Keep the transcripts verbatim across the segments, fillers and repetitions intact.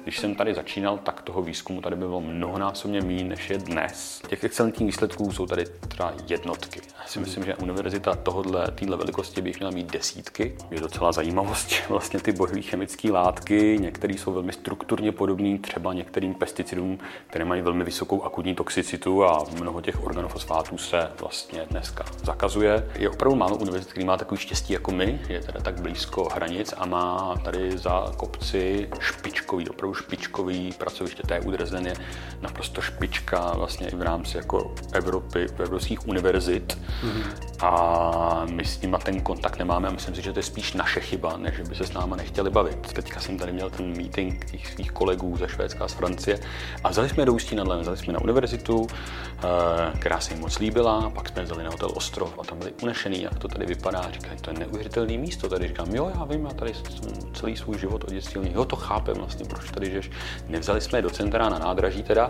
když jsem tady začínal, tak toho výzkumu tady bylo mnohonásobně méně, než je dnes. Těch excelentních výsledků jsou tady třeba jednotky. Já si myslím, že univerzita tohohle, téhle velikosti by měla mít desítky. Je docela zajímavost, že vlastně ty bojové chemické látky, některé jsou velmi strukturně podobné třeba některým pesticidům, které mají velmi vysokou akutní toxicitu a mnoho těch organofosfátů se vlastně dneska zakazuje. Je opravdu málo univerzit, který má takový štěstí jako my, je teda tak blízko hranic a má tady za kopci špičkový, opravdu špičkový pracoviště. T U Dresden je naprosto špička vlastně i v rámci jako Evropy, evropských univerzit. Mm-hmm. A my s nima ten kontakt nemáme a myslím si, že to je spíš naše chyba, než by se s náma nechtěli bavit. Teďka jsem tady měl ten meeting těch svých kolegů ze Švédska a z Francie a vzali jsme je do Ústí nad Labem, vzali jsme na univerzitu, která se jim moc líbila, pak jsme vzali na hotel Ostrov a tam byli unešený, jak to tady vypadá. Říkají, to je neuvěřitelné místo. Tady říkám, jo, já vím, já tady jsem celý svůj život od dětství, jo, to chápem vlastně, proč tady jdeš. Nevzali jsme je do centra na nádraží teda.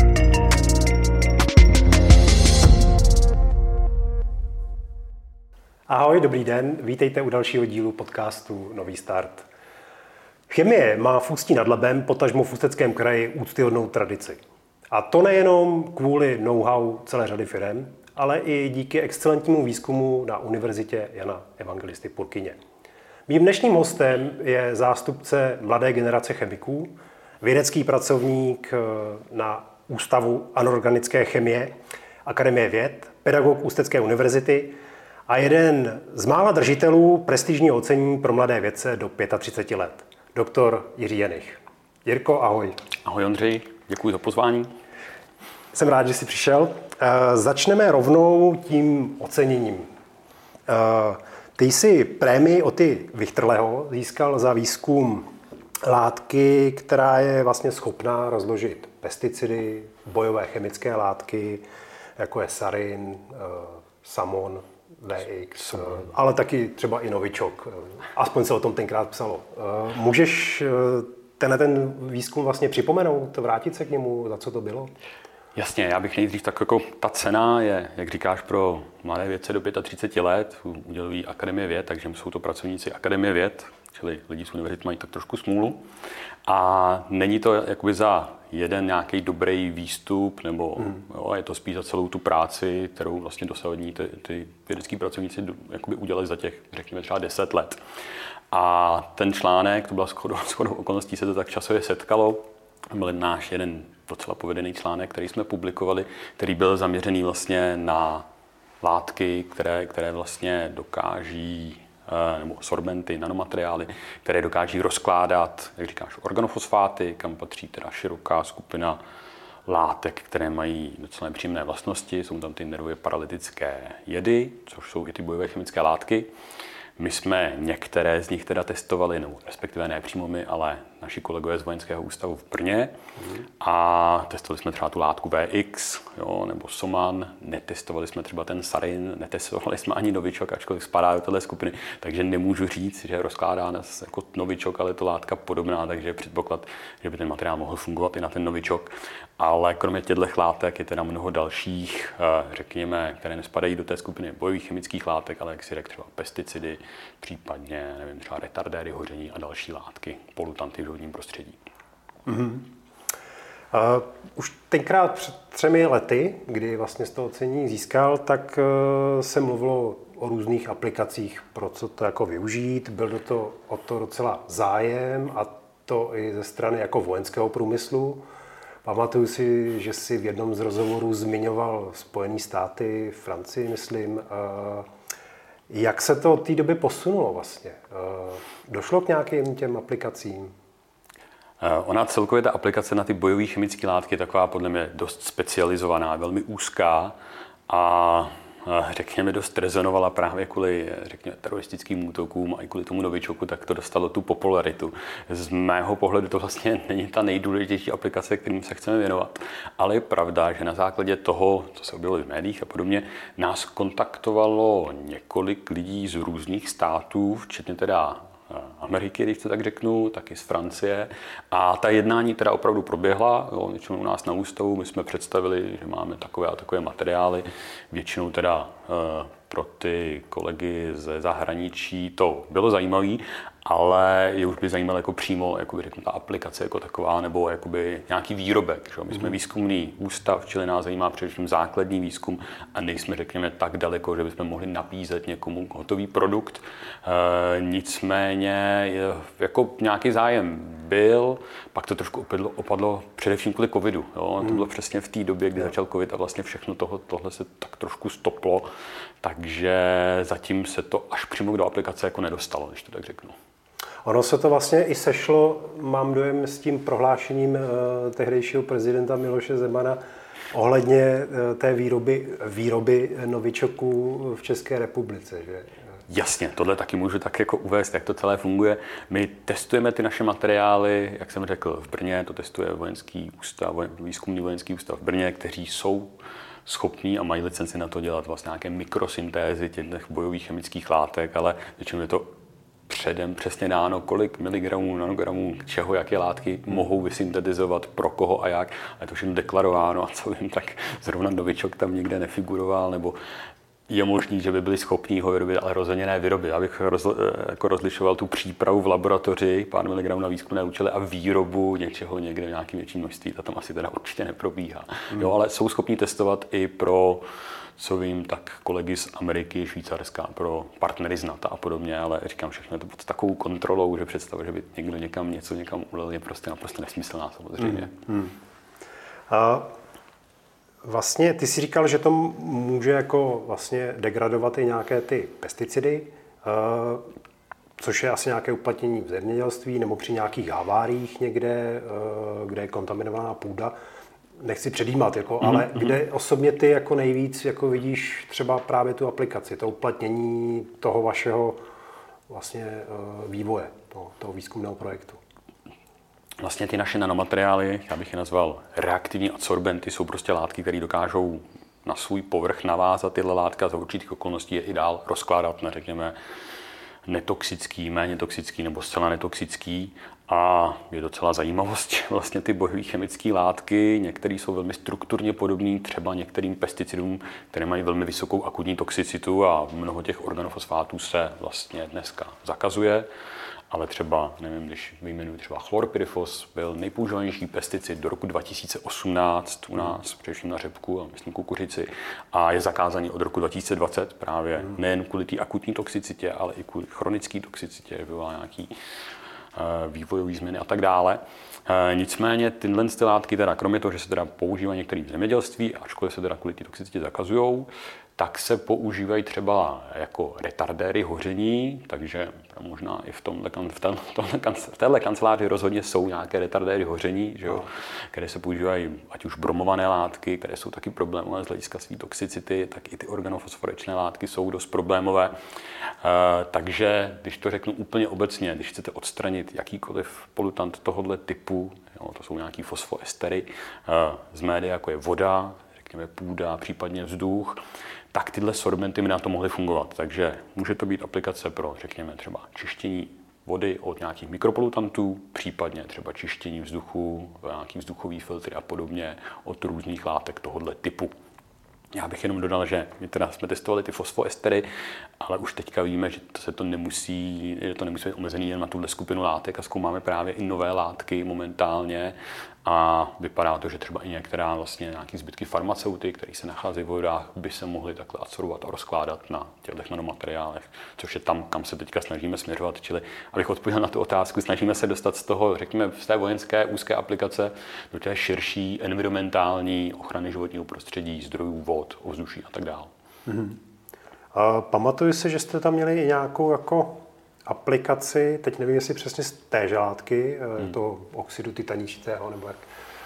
Ahoj, dobrý den, vítejte u dalšího dílu podcastu Nový start. Chemie má v Ústí nad Labem, potažmo v Ústeckém kraji, úctyhodnou tradici. A to nejenom kvůli know-how celé řady firem, ale i díky excelentnímu výzkumu na Univerzitě Jana Evangelisty Purkyně. Mým dnešním hostem je zástupce mladé generace chemiků, vědecký pracovník na Ústavu anorganické chemie Akademie věd, pedagog Ústecké univerzity a jeden z mála držitelů prestižního ocenění pro mladé vědce do třiceti pěti let, doktor Jiří Jenich. Jirko, ahoj. Ahoj Ondřej, děkuji za pozvání. Jsem rád, že jsi přišel. Začneme rovnou tím oceněním. Ty jsi prémii Oty Wichterleho získal za výzkum látky, která je vlastně schopná rozložit pesticidy, bojové chemické látky, jako je sarin, samon, V X, ale taky třeba i novičok. Aspoň se o tom tenkrát psalo. Můžeš tenhle ten výzkum vlastně připomenout, vrátit se k němu, za co to bylo? Jasně, já bych nejdřív tak jako ta cena je, jak říkáš, pro mladé vědce do třiceti pěti let, udělují Akademie věd, takže jsou to pracovníci Akademie věd, čili lidi z univerzit mají tak trošku smůlu. A není to jakoby za jeden nějaký dobrý výstup, nebo mm. jo, je to spíš za celou tu práci, kterou vlastně dosavadní ty, ty vědecký pracovníci jakoby udělali za těch, řekněme, třeba deset let. A ten článek, to byla shodou, shodou okolností, se to tak časově setkalo, byl náš jeden docela povedený článek, který jsme publikovali, který byl zaměřený vlastně na látky, které, které vlastně dokáží, nebo sorbenty, nanomateriály, které dokáží rozkládat, jak říkáš, organofosfáty, kam patří teda široká skupina látek, které mají docela nepříjemné vlastnosti. Jsou tam ty nervově paralytické jedy, což jsou i ty bojové chemické látky. My jsme některé z nich teda testovali, nebo respektive ne přímo my, ale naši kolegové z Vojenského ústavu v Brně. Mm. A testovali jsme třeba tu látku V X, jo, nebo Soman, netestovali jsme třeba ten sarin, netestovali jsme ani novičok, ačkoliv spadá do téhle skupiny, takže nemůžu říct, že rozkládá nás jako novičok, ale je to látka podobná, takže je předpoklad, že by ten materiál mohl fungovat i na ten novičok. Ale kromě těchto látek je teda mnoho dalších, řekněme, které nespadají do té skupiny bojových chemických látek, ale jak si řekl, třeba pesticidy, případně nevím, třeba retardéry hoření a další látky, polutanty v životním prostředí. Mm-hmm. Uh, už tenkrát před třemi lety, kdy vlastně z toho ocenění získal, tak uh, se mluvilo o různých aplikacích, pro co to jako využít. Byl do to, o to docela zájem a to i ze strany jako vojenského průmyslu. Pamatuju si, že si v jednom z rozhovorů zmiňoval Spojené státy, Francii, myslím. Uh, jak se to od té doby posunulo vlastně? Uh, došlo k nějakým těm aplikacím? Ona celkově ta aplikace na ty bojové chemické látky je taková podle mě dost specializovaná, velmi úzká a řekněme dost rezonovala právě kvůli řekněme, teroristickým útokům a i kvůli tomu novičoku, tak to dostalo tu popularitu. Z mého pohledu to vlastně není ta nejdůležitější aplikace, kterým se chceme věnovat, ale je pravda, že na základě toho, co se objevilo v médiích a podobně, nás kontaktovalo několik lidí z různých států, včetně teda Ameriky, když to tak řeknu, taky z Francie. A ta jednání teda opravdu proběhla, jo, většinou u nás na ústavu, my jsme představili, že máme takové a takové materiály, většinou teda e, pro ty kolegy ze zahraničí to bylo zajímavé, ale je už by zajímalo jako přímo, jakoby řeknu, ta aplikace jako taková, nebo jakoby nějaký výrobek. Že? My jsme výzkumný ústav, čili nás zajímá především základní výzkum a nejsme, řekněme, tak daleko, že bychom mohli nabízet někomu hotový produkt. E, nicméně jako nějaký zájem byl, pak to trošku opadlo, opadlo především kvůli covidu. Jo? To bylo přesně v té době, kdy začal covid a vlastně všechno toho, tohle se tak trošku stoplo, takže zatím se to až přímo do aplikace jako nedostalo, když to tak řeknu. Ono se to vlastně i sešlo, mám dojem, s tím prohlášením eh, tehdejšího prezidenta Miloše Zemana ohledně eh, té výroby, výroby novičoků v České republice. Že? Jasně, tohle taky můžu tak jako uvést, jak to celé funguje. My testujeme ty naše materiály, jak jsem řekl, v Brně, to testuje vojenský ústav, výzkumný vojenský ústav v Brně, kteří jsou schopní a mají licenci na to dělat vlastně nějaké mikrosyntézy těch bojových chemických látek, ale většinou je to předem přesně dáno, kolik miligramů, nanogramů, čeho, jaké látky mohou vysyntetizovat, pro koho a jak. A je to všechno deklarováno a co vím, tak zrovna novičok tam nikde nefiguroval, nebo je možný, že by byli schopní ho vyrobit, ale rozhodně ne vyrobit. Já bych roz, jako rozlišoval tu přípravu v laboratoři, pár miligramů na výzkumné účely a výrobu něčeho někde v nějakém větším množství. Ta tam asi teda určitě neprobíhá. Hmm. Jo, ale jsou schopní testovat i pro, co vím, tak kolegy z Ameriky, Švýcarska, pro partnery z NATO a podobně, ale říkám, všechno je to pod takovou kontrolou, že představa, že by někdo někam něco někam ulil, je prostě naprosto nesmyslná samozřejmě. Hmm. Hmm. A vlastně ty jsi říkal, že to může jako vlastně degradovat i nějaké ty pesticidy, což je asi nějaké uplatnění v zemědělství nebo při nějakých haváriích někde, kde je kontaminovaná půda. Nechci předjímat, jako, mm-hmm. ale kde osobně ty jako nejvíc jako vidíš třeba právě tu aplikaci, to uplatnění toho vašeho vlastně vývoje, toho, toho výzkumného projektu? Vlastně ty naše nanomateriály, já bych je nazval reaktivní adsorbenty, jsou prostě látky, které dokážou na svůj povrch navázat tyhle látky a za určitých okolností je i dál rozkládat na, řekněme, netoxický, méně toxický nebo zcela netoxický. A je docela zajímavost, že vlastně ty bojové chemické látky, některé jsou velmi strukturně podobné třeba některým pesticidům, které mají velmi vysokou akutní toxicitu a mnoho těch organofosfátů se vlastně dneska zakazuje. Ale třeba, nevím, když vyjmenuji třeba chlorpyrifos, byl nejpoužívanější pesticid do roku dva tisíce osmnáct u nás, především na řepku a myslím kukuřici, a je zakázaný od roku dva tisíce dvacet právě hmm. nejen kvůli té akutní toxicitě, ale i kvůli chronické toxicitě, byla nějaký uh, vývojový změny a tak dále. Uh, nicméně tyhle ty látky, teda kromě toho, že se teda používají některým v zemědělství, ačkoliv se teda kvůli té toxicitě zakazujou, tak se používají třeba jako retardéry hoření, takže možná i v, tomhle, v, téhle, v téhle kanceláři rozhodně jsou nějaké retardéry hoření, že jo, které se používají ať už bromované látky, které jsou taky problémové z hlediska své toxicity, tak i ty organofosforečné látky jsou dost problémové. E, takže když to řeknu úplně obecně, když chcete odstranit jakýkoliv polutant tohohle typu, jo, to jsou nějaký fosfoestery e, z média, jako je voda, řekněme půda, případně vzduch, tak tyhle sorbenty by na to mohly fungovat. Takže může to být aplikace pro, řekněme, třeba čištění vody od nějakých mikropolutantů, případně třeba čištění vzduchu, nějaký vzduchový filtry a podobně od různých látek tohohle typu. Já bych jenom dodal, že my teda jsme testovali ty fosfoestery, ale už teďka víme, že to se to nemusí, že to nemusí být omezený jen na tuhle skupinu látek a zkoumáme právě i nové látky momentálně a vypadá to, že třeba i některá vlastně nějaký zbytky farmaceuty, které se nacházejí v vodách, by se mohly takhle adsorbovat a rozkládat na těchto nanomateriálech, což je tam, kam se teďka snažíme směřovat. Čili, abych odpověděl na tu otázku, snažíme se dostat z toho, řekněme, z té vojenské úzké aplikace do té širší environmentální ochrany životního prostředí, zdrojů vod, ovzduší a tak dále. Mm-hmm. A pamatuju si, že jste tam měli nějakou jako aplikaci, teď nevím, jestli přesně z téže látky, hmm. toho oxidu titaničitého, nebo jak,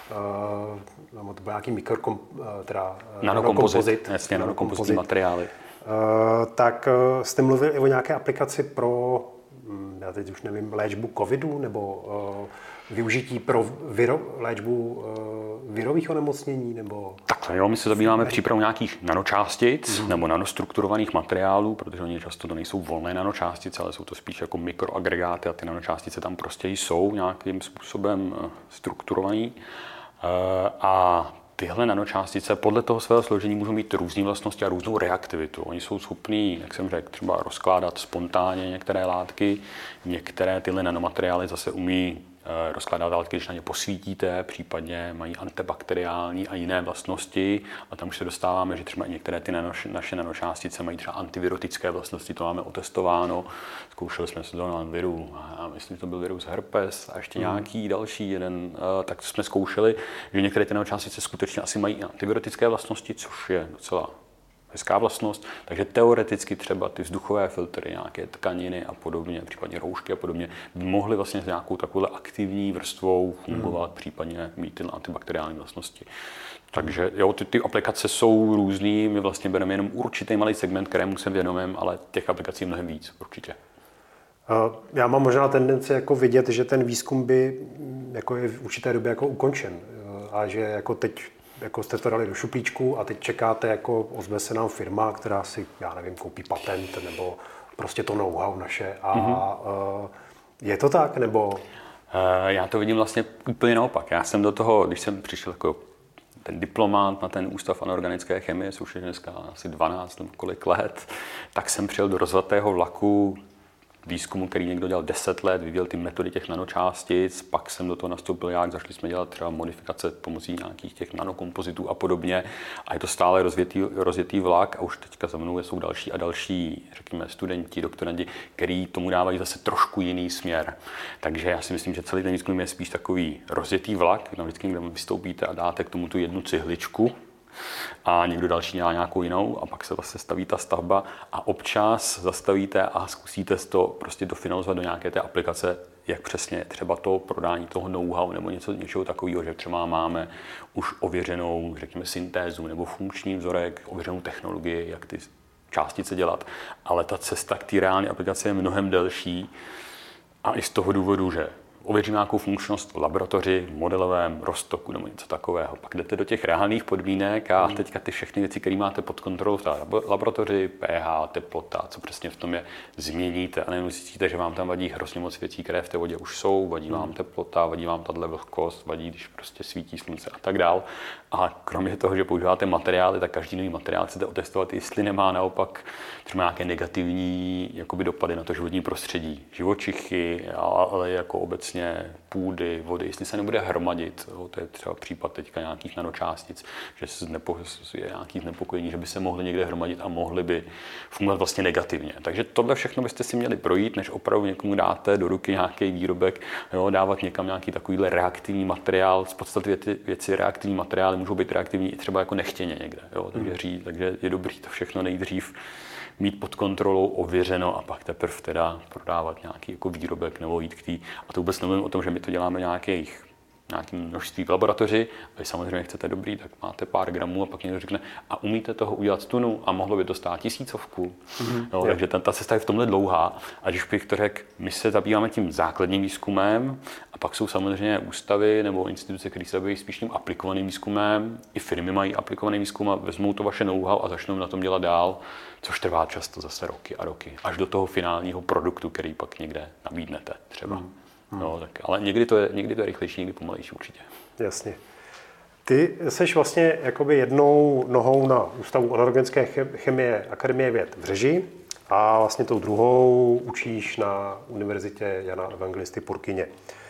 uh, nebo to byl nějaký mikrokom, uh, teda nanokompozit, jasně, nanokompozitní materiály. Uh, tak uh, jste mluvili i o nějaké aplikaci pro, hm, já teď už nevím, léčbu covidu, nebo uh, využití pro viro, léčbu uh, virových onemocnění, nebo... Takhle, jo, my se zabýváme přípravou nějakých nanočástic mm. nebo nanostrukturovaných materiálů, protože oni často to nejsou volné nanočástice, ale jsou to spíš jako mikroagregáty a ty nanočástice tam prostě jsou nějakým způsobem strukturovaný. Uh, a tyhle nanočástice podle toho svého složení můžou mít různé vlastnosti a různou reaktivitu. Oni jsou schopní, jak jsem řekl, třeba rozkládat spontánně některé látky, některé tyhle nanomateriály zase umí rozkládat látky, když na ně posvítíte, případně mají antibakteriální a jiné vlastnosti. A tam už se dostáváme, že třeba některé ty nanoš, naše nanočástice mají třeba antivirotické vlastnosti, to máme otestováno. Zkoušeli jsme se to na viru, a myslím, že to byl virus herpes a ještě mm. nějaký další jeden, tak jsme zkoušeli, že některé ty nanočástice skutečně asi mají antivirotické vlastnosti, což je docela hezká vlastnost, takže teoreticky třeba ty vzduchové filtry, nějaké tkaniny a podobně, případně roušky a podobně, by mohly vlastně s nějakou takovou aktivní vrstvou fungovat, hmm. případně mít ty antibakteriální vlastnosti. Takže jo, ty, ty aplikace jsou různý, my vlastně bereme jenom určitý malý segment, kterému se věnujeme, ale těch aplikací je mnohem víc, určitě. Já mám možná tendenci jako vidět, že ten výzkum by jako je v určité době jako ukončen a že jako teď jako jste to dali do šuplíčku a teď čekáte, jako ozve se nám firma, která si, já nevím, koupí patent nebo prostě to know-how naše a mm-hmm. je to tak, nebo? Já to vidím vlastně úplně naopak. Já jsem do toho, když jsem přišel jako ten diplomát na ten ústav anorganické chemie, což je dneska asi dvanáct nebo kolik let, tak jsem přijel do rozvatého vlaku výzkumu, který někdo dělal deset let, vyvíjel ty metody těch nanočástic, pak jsem do toho nastoupil jak, zašli jsme dělat třeba modifikace pomocí nějakých těch nanokompozitů a podobně. A je to stále rozjetý, rozjetý vlak a už teďka za mnou jsou další a další, řekněme, studenti, doktorandi, který tomu dávají zase trošku jiný směr. Takže já si myslím, že celý ten výzkum je spíš takový rozjetý vlak, na vždycky, kde vystoupíte a dáte k tomu tu jednu cihličku, a někdo další dělá nějakou jinou a pak se vlastně staví ta stavba a občas zastavíte a zkusíte to prostě dofinalizovat do nějaké té aplikace, jak přesně třeba to prodání toho know-how nebo něco něčeho takového, že třeba máme už ověřenou, řekněme, syntézu nebo funkční vzorek, ověřenou technologii, jak ty částice dělat, ale ta cesta k té reálné aplikaci je mnohem delší a i z toho důvodu, že ověřím nějakou funkčnost v laboratoři, modelovém roztoku nebo něco takového. Pak jdete do těch reálných podmínek a teďka ty všechny věci, které máte pod kontrolou v laboratoři, pH, teplota, co přesně v tom je, změníte a nejenom zjistíte, že vám tam vadí hrozně moc věcí, které v té vodě už jsou, vadí vám teplota, vadí vám tato vlhkost, vadí, když prostě svítí slunce a tak dál. A kromě toho, že používáte materiály, tak každý nový materiál chcete otestovat, jestli nemá naopak třeba nějaké negativní jakoby, dopady na to životní prostředí, živočichy, ale jako obecně půdy, vody, jestli se nebude hromadit, jo, to je třeba případ teďka nějakých nanočástic, že se znepo, je nějaký znepokojení, že by se mohly někde hromadit a mohly by fungovat vlastně negativně. Takže tohle všechno byste si měli projít, než opravdu někomu dáte do ruky nějaký výrobek, jo, dávat někam nějaký takovýhle reaktivní materiál. Z podstaty věci, věci reaktivní materiály můžou být reaktivní i třeba jako nechtěně někde, jo, takže, hmm. ří, takže je dobrý to všechno nejdřív mít pod kontrolou, ověřeno a pak teprve teda prodávat nějaký jako výrobek nebo jít k tý. A to vůbec nevím o tom, že my to děláme nějakých nějakým množství v laboratoři, a vy samozřejmě chcete dobrý, tak máte pár gramů a pak někdo řekne, a umíte toho udělat tunu a mohlo by to stát tisícovku. Mm-hmm. No, takže ta, ta cesta je v tomhle dlouhá. A když bych to řekl, my se zabýváme tím základním výzkumem a pak jsou samozřejmě ústavy nebo instituce, které se zabývají spíš tím aplikovaným výzkumem. I firmy mají aplikovaný výzkum a vezmou to vaše know-how a začnou na tom dělat dál, což trvá často zase roky a roky, až do toho finálního produktu, který pak někde nabídnete třeba. Mm. No, tak, ale někdy to, je, někdy to je rychlejší, někdy pomalejší určitě. Jasně. Ty seš vlastně jakoby jednou nohou na Ústavu anorganické chemie Akademie věd v Řeži a vlastně tou druhou učíš na Univerzitě Jana Evangelisty Purkyně.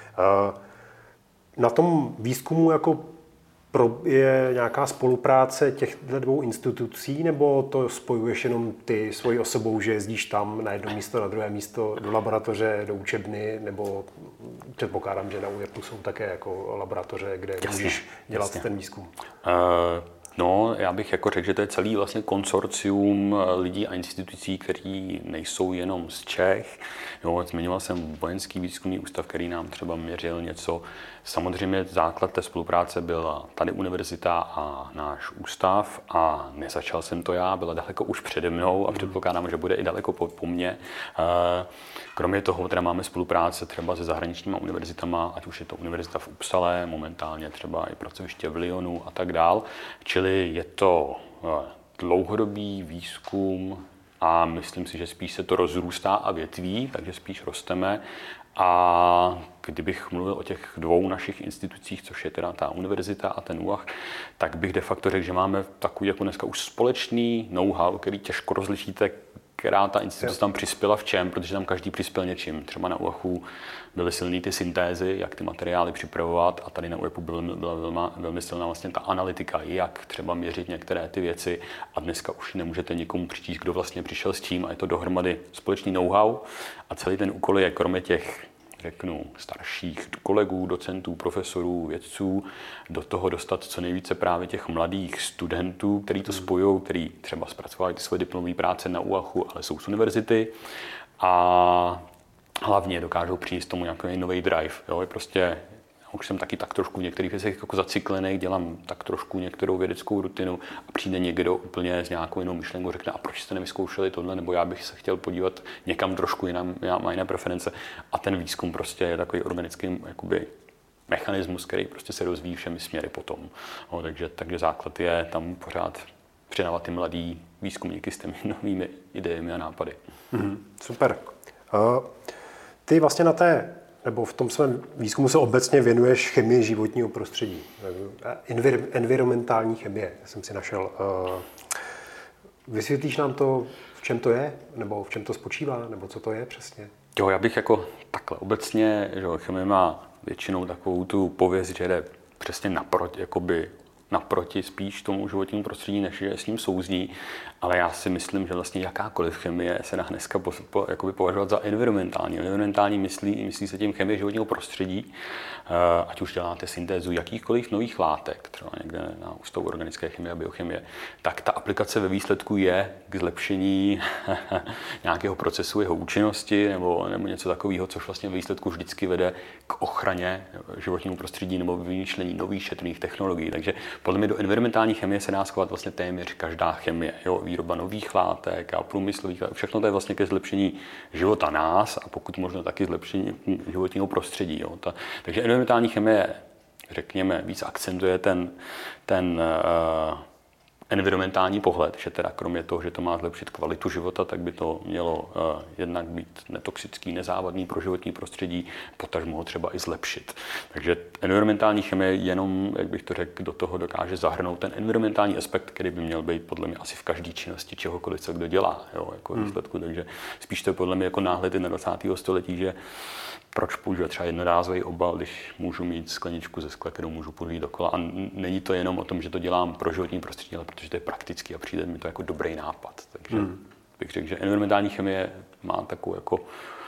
Na tom výzkumu jako je nějaká spolupráce těchto dvou institucí, nebo to spojuješ jenom ty svojí osobou, že jezdíš tam na jedno místo, na druhé místo, do laboratoře, do učebny, nebo předpokládám, že na U J P jsou také jako laboratoře, kde jasně, můžeš dělat jasně. ten výzkum? Uh... No, já bych jako řekl, že to je celý vlastně konsorcium lidí a institucí, který nejsou jenom z Čech. Jo, zmiňoval jsem vojenský výzkumný ústav, který nám třeba měřil něco. Samozřejmě základ té spolupráce byla tady univerzita a náš ústav a nezačal jsem to já, byla daleko už přede mnou a předpokládám, že bude i daleko po, po mně. Kromě toho teda máme spolupráce třeba se zahraničníma univerzitama, ať už je to univerzita v Uppsale, momentálně třeba i pracoviště v Lyonu a tak dál. Čili je to dlouhodobý výzkum a myslím si, že spíš se to rozrůstá a větví, takže spíš rosteme. A kdybych mluvil o těch dvou našich institucích, což je teda ta univerzita a ten ÚAH, tak bych de facto řekl, že máme takový jako dneska už společný know-how, který těžko rozlišíte, která ta instituce tam přispěla v čem, protože tam každý přispěl něčím. Třeba na ÚAHu byly silné ty syntézy, jak ty materiály připravovat, a tady na ÚAHu byla, byla velmi, velmi silná vlastně ta analytika, jak třeba měřit některé ty věci, a dneska už nemůžete nikomu přičíst, kdo vlastně přišel s tím, a je to dohromady společný know-how a celý ten úkol je kromě těch, řeknu, starších kolegů, docentů, profesorů, vědců, do toho dostat co nejvíce právě těch mladých studentů, kteří to spojují, kteří třeba zpracovávají své diplomové práce na ÚAHu, ale jsou z univerzity, a hlavně dokážou přinést tomu nějaký nový drive. Jo? Je prostě, už jsem taky tak trošku v některých věcech jako zacyklený, dělám tak trošku některou vědeckou rutinu a přijde někdo úplně s nějakou jinou myšlenkou, řekne, a proč jste nevyzkoušeli tohle, nebo já bych se chtěl podívat někam trošku jinam, já mám jiné preference. A ten výzkum prostě je takový organický jakoby mechanismus, který prostě se rozvíjí všemi směry potom. No, takže, takže základ je tam pořád přidávat ty mladý výzkumníky s těmi novými idejemi a nápady. Mm-hmm. Super. Uh, ty vlastně na té nebo v tom svém výzkumu se obecně věnuješ chemii životního prostředí. Envir- environmentální chemie, jsem si našel. Vysvětlíš nám to, v čem to je, nebo v čem to spočívá, nebo co to je přesně? Jo, já bych jako takhle obecně, že chemie má většinou takovou tu pověst, že jde přesně naproti, jakoby naproti spíš tomu životnímu prostředí, než je s ním souzní, ale já si myslím, že vlastně jakákoliv chemie se dá dneska po, po, jakoby považovat za environmentální. Environmentální myslí, myslí se tím chemie životního prostředí, ať už děláte syntézu jakýchkoliv nových látek, třeba někde na Ústavu organické chemie a biochemie, tak ta aplikace ve výsledku je k zlepšení nějakého procesu, jeho účinnosti nebo, nebo něco takového, což vlastně ve výsledku vždycky vede k ochraně životního prostředí nebo vymýšlení nových šetrných technologií. Takže podle mě do environmentální chemie se dá schovat vlastně téměř každá chemie. Jo, výroba nových látek a průmyslových látek. Všechno to je vlastně ke zlepšení života nás a pokud možno taky zlepšení životního prostředí. Jo. Ta, takže environmentální chemie, řekněme, víc akcentuje ten, ten uh, environmentální pohled, že teda kromě toho, že to má zlepšit kvalitu života, tak by to mělo uh, jednak být netoxický, nezávadný pro životní prostředí, potažmo ho třeba i zlepšit. Takže environmentální chemie jenom, jak bych to řekl, do toho dokáže zahrnout ten environmentální aspekt, který by měl být podle mě asi v každé činnosti čehokoliv, co kdo dělá, jo, jako hmm. výsledku. Takže spíš to je podle mě jako náhled na dvacátého století, že proč používat třeba jednorázový obal, když můžu mít skleničku ze skla, kterou můžu půjít dokola. A není to jenom o tom, že to dělám pro životní prostředí, ale protože to je praktický a přijde mi to jako dobrý nápad. Takže hmm. bych řekl, že environmentální chemie má takovou jako,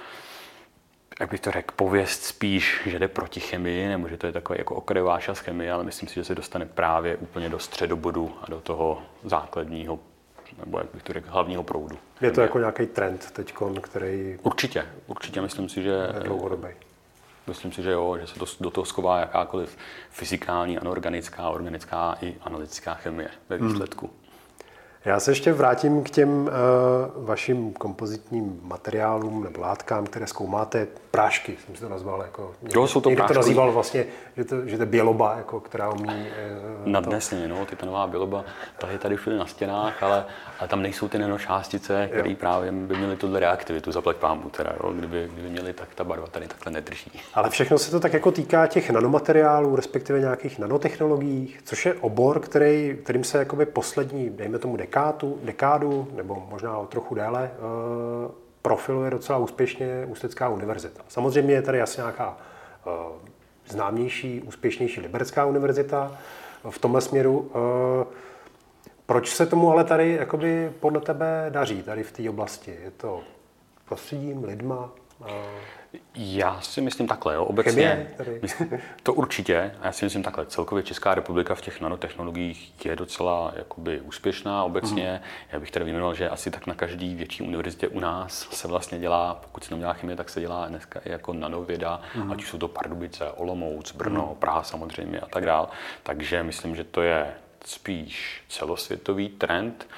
jak bych to řekl, pověst spíš, že jde proti chemii, nebo že to je takový jako okrajová část chemie, ale myslím si, že se dostane právě úplně do středobodu a do toho základního, nebo jak bych to řekl, hlavního proudu. Je to jako nějaký trend teďkon, který... Určitě, určitě myslím si, že... Je dlouhodobý. Myslím si, že jo, že se to, do toho schová jakákoliv fyzikální, anorganická, organická i analytická chemie ve výsledku. Hmm. Já se ještě vrátím k těm uh, vašim kompozitním materiálům nebo látkám, které zkoumáte. Prášky, jsem si to nazval. Jako, někdo, jo, jsou to někdo prášky. to nazýval vlastně, že to, že to je běloba, jako, která umí... Uh, Nadnesně, no, titanová běloba, ta je tady všude na stěnách, ale, ale tam nejsou ty nanočástice, které právě by měly tuhle reaktivitu, zaplať pánbu teda, jo, kdyby, kdyby měly, tak ta barva tady takhle nedrží. Ale všechno se to tak jako týká těch nanomateriálů, respektive nějakých nanotechnologií, což je obor, který, kterým se jakoby poslední, dejme tomu dekádu, dekádu nebo možná o trochu déle, uh, profiluje docela úspěšně Ústecká univerzita. Samozřejmě je tady asi nějaká uh, známější, úspěšnější Liberecká univerzita v tomhle směru. Uh, proč se tomu ale tady jakoby podle tebe daří, tady v té oblasti? Je to prostředím, lidma? Uh, Já si myslím takhle, jo, obecně, myslím, to určitě, a já si myslím takhle, celkově Česká republika v těch nanotechnologiích je docela jakoby úspěšná obecně. Mm. Já bych tady vyjmenoval, že asi tak na každý větší univerzitě u nás se vlastně dělá, pokud se nedělá chemie, tak se dělá dneska i jako nanověda, mm. ať už jsou to Pardubice, Olomouc, Brno, mm. Praha samozřejmě a tak dál. Takže myslím, že to je spíš celosvětový trend.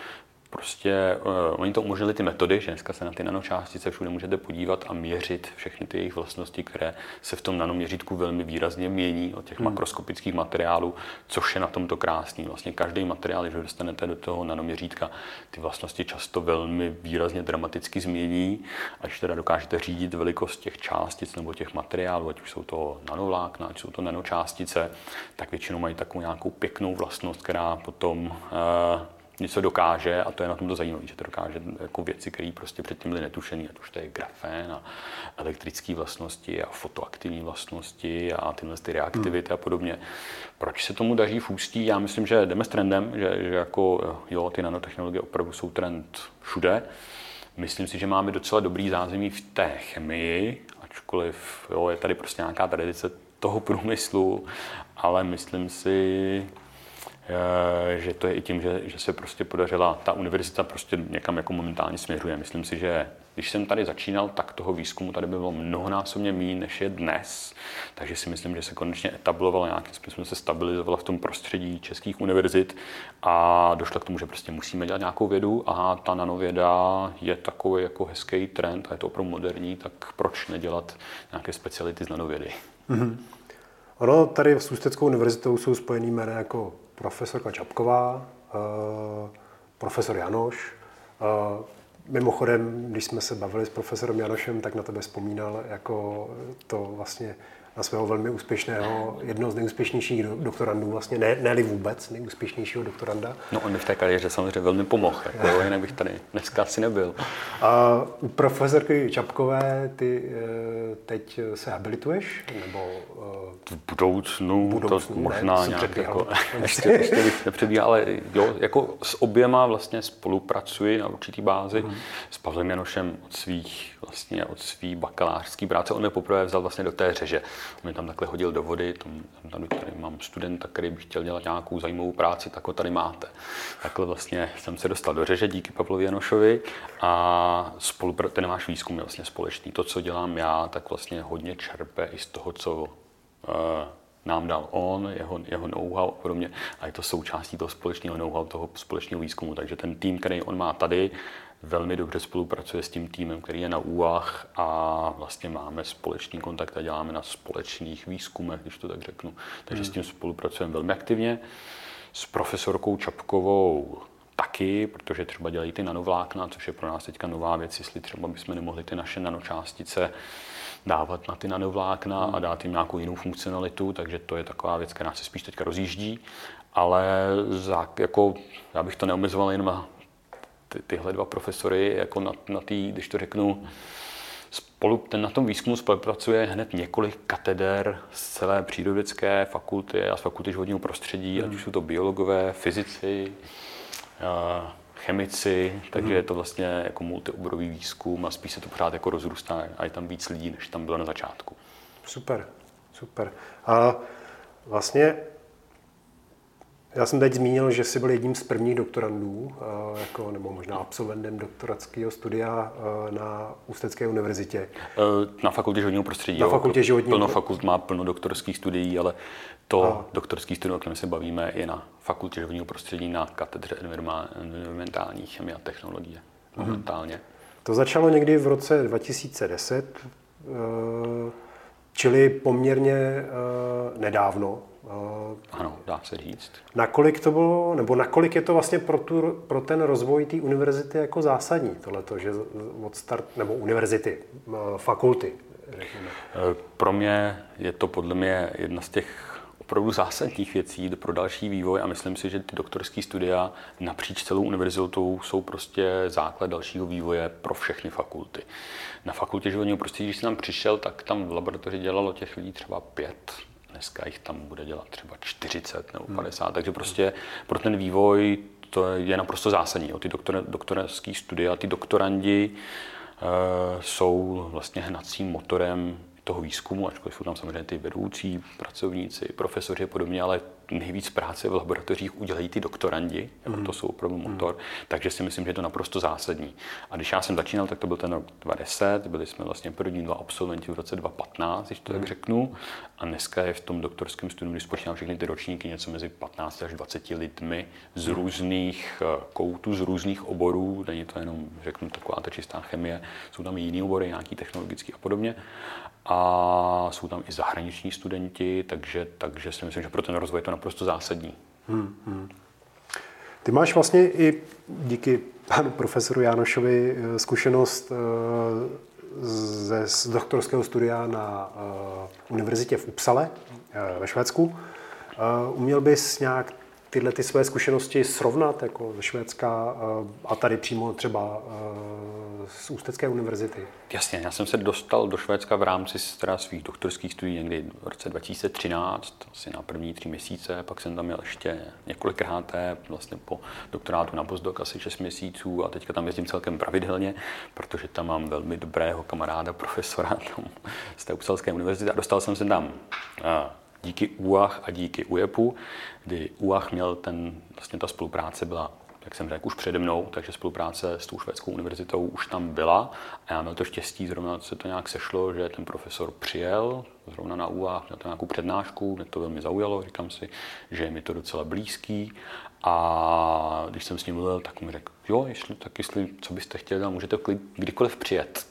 prostě uh, oni to umožnili ty metody, že dneska se na ty nanočástice všude můžete podívat a měřit všechny ty jejich vlastnosti, které se v tom nanoměřítku velmi výrazně mění od těch hmm. makroskopických materiálů, což je na tomto krásný. Vlastně každý materiál, když dostanete do toho nanoměřítka, ty vlastnosti často velmi výrazně dramaticky změní, až teda dokážete řídit velikost těch částic nebo těch materiálů, ať už jsou to nanovlákna, ať jsou to nanočástice, tak většinou mají takovou nějakou pěknou vlastnost, která potom uh, něco dokáže, a to je na tomto zajímavé, že to dokáže jako věci, které prostě předtím byly netušené, ať už to je grafén a elektrické vlastnosti a fotoaktivní vlastnosti a tyhle ty reaktivity hmm. a podobně. Proč se tomu daří v Ústí? Já myslím, že jdeme s trendem, že, že jako jo, ty nanotechnologie opravdu jsou trend všude. Myslím si, že máme docela dobrý zázemí v té chemii, ačkoliv jo, je tady prostě nějaká tradice toho průmyslu, ale myslím si, že to je i tím, že, že se prostě podařila, ta univerzita prostě někam jako momentálně směřuje. Myslím si, že když jsem tady začínal, tak toho výzkumu tady by bylo mnohonásobně méně, než je dnes. Takže si myslím, že se konečně etablovala nějakým způsobem, se stabilizovala v tom prostředí českých univerzit a došlo k tomu, že prostě musíme dělat nějakou vědu a ta nanověda je takový jako hezký trend a je to opravdu moderní, tak proč nedělat nějaké speciality z nanovědy? Mm-hmm. Ono tady s Ústeckou univerzitou jsou spojený jména jako profesorka Čapková, uh, profesor Janoš. Uh, mimochodem, když jsme se bavili s profesorem Janošem, tak na tebe vzpomínal jako to vlastně na svého velmi úspěšného, jednoho z nejúspěšnějších doktorandů, vlastně ne, ne-li vůbec nejúspěšnějšího doktoranda. No on mi v té kariéře samozřejmě velmi pomohl, jako, jinak bych tady dneska asi nebyl. A u profesorky Čapkové ty teď se habilituješ? Nebo v budoucnu, v budoucnu to možná ne, nějak jako, ještě, ještě bych nepředbíhal, ale jo, jako s oběma vlastně spolupracuji na určitý bázi. Hmm. S Pavlem Janošem od svých, vlastně od svý bakalářský práce. On mě poprvé vzal vlastně do té řeže. On mě tam takhle hodil do vody, tam, tady, tady mám studenta, který by chtěl dělat nějakou zajímavou práci, tak ho tady máte. Takhle vlastně jsem se dostal do řeže díky Pavlovi Janošovi a spolupr- ten náš výzkum je vlastně společný. To, co dělám já, tak vlastně hodně čerpe i z toho, co uh, nám dal on, jeho, jeho know-how a podobně. A je to součástí toho společného know-how, toho společného výzkumu. Takže ten tým, který on má tady, velmi dobře spolupracuje s tím týmem, který je na úvah a vlastně máme společný kontakt a děláme na společných výzkumech, když to tak řeknu. Takže hmm. s tím spolupracujeme velmi aktivně. S profesorkou Čapkovou taky, protože třeba dělají ty nanovlákna, což je pro nás teďka nová věc, jestli třeba bychom nemohli ty naše nanočástice dávat na ty nanovlákna hmm. a dát jim nějakou jinou funkcionalitu, takže to je taková věc, která se spíš teďka rozjíždí, ale za, jako, já bych to neomezoval jen na ty, tyhle dva profesory, jako na, na tý, když to řeknu, spolu, ten na tom výzkumu spolupracuje hned několik kateder z celé přírodovědecké fakulty a z fakulty životního prostředí, hmm. ať už jsou to biologové, fyzici, chemici, takže je to vlastně jako multioborový výzkum a spíš se to pořád jako rozrůstá a je tam víc lidí, než tam bylo na začátku. Super, super. A vlastně já jsem teď zmínil, že jsi byl jedním z prvních doktorandů, jako, nebo možná absolventem doktorandského studia na Ústecké univerzitě. Na fakultě životního prostředí. Na fakultě životního Plno fakult má plno doktorských studií, ale to a... doktorský studium, o kterém se bavíme, je na fakultě životního prostředí na katedře environmentální chemie a technologie momentálně. Hmm. To začalo někdy v roce dva tisíce deset, čili poměrně nedávno. Ano, dá se říct. Nakolik to bylo, nebo nakolik je to vlastně pro, tu, pro ten rozvoj té univerzity jako zásadní, tohleto, že od start, nebo univerzity, fakulty, řekněme? Pro mě je to podle mě jedna z těch opravdu zásadních věcí pro další vývoj a myslím si, že ty doktorské studia napříč celou univerzitou jsou prostě základ dalšího vývoje pro všechny fakulty. Na fakultě životního prostředí, když jsem tam přišel, tak tam v laboratoři dělalo těch lidí třeba pět. Dneska jich tam bude dělat třeba čtyřicet nebo padesát, hmm. takže prostě pro ten vývoj to je naprosto zásadní. Ty doktor, doktorské studia, ty doktorandi e, jsou vlastně hnacím motorem toho výzkumu, ačkoliv jsou tam samozřejmě ty vedoucí pracovníci, profesoři a podobně, ale nejvíc práce v laboratořích udělají ty doktorandi, mm. to jsou opravdu motor, mm. takže si myslím, že je to naprosto zásadní. A když já jsem začínal, tak to byl ten rok dva tisíce deset, byli jsme vlastně první dva absolventi v roce dva tisíce patnáct, když to mm. tak řeknu, a dneska je v tom doktorském studiu, když spočítám všechny ty ročníky, něco mezi patnácti až dvaceti lidmi z různých koutů, z různých oborů, není to jenom, řeknu, taková ta čistá chemie, jsou tam i jiný obory, nějaký technologický a podobně. A jsou tam i zahraniční studenti, takže, takže si myslím, že pro ten rozvoj je to naprosto zásadní. Hmm, hmm. Ty máš vlastně i díky panu profesoru Jánošovi zkušenost ze, z doktorského studia na uh, univerzitě v Uppsale uh, ve Švédsku. Uh, uměl bys nějak tyhle ty své zkušenosti srovnat jako ze Švédska uh, a tady přímo třeba uh, z Ústecké univerzity? Jasně, já jsem se dostal do Švédska v rámci teda svých doktorských studií někdy v roce dva tisíce třináct, asi na první tři měsíce, pak jsem tam měl ještě několikrát, vlastně po doktorátu na postdoc asi šest měsíců a teďka tam jezdím celkem pravidelně, protože tam mám velmi dobrého kamaráda, profesora tam z té Uppsalské univerzity a dostal jsem se tam díky U A H a díky U J E P, kdy U A H měl ten, vlastně ta spolupráce byla, jak jsem řekl, už přede mnou, takže spolupráce s tou švédskou univerzitou už tam byla a já měl to štěstí, zrovna se to nějak sešlo, že ten profesor přijel zrovna na U A H, měl to nějakou přednášku, mě to velmi zaujalo, říkám si, že je mi to docela blízký a když jsem s ním mluvil, tak mi řekl, jo, jestli, tak jestli, co byste chtěli, můžete kdykoliv přijet.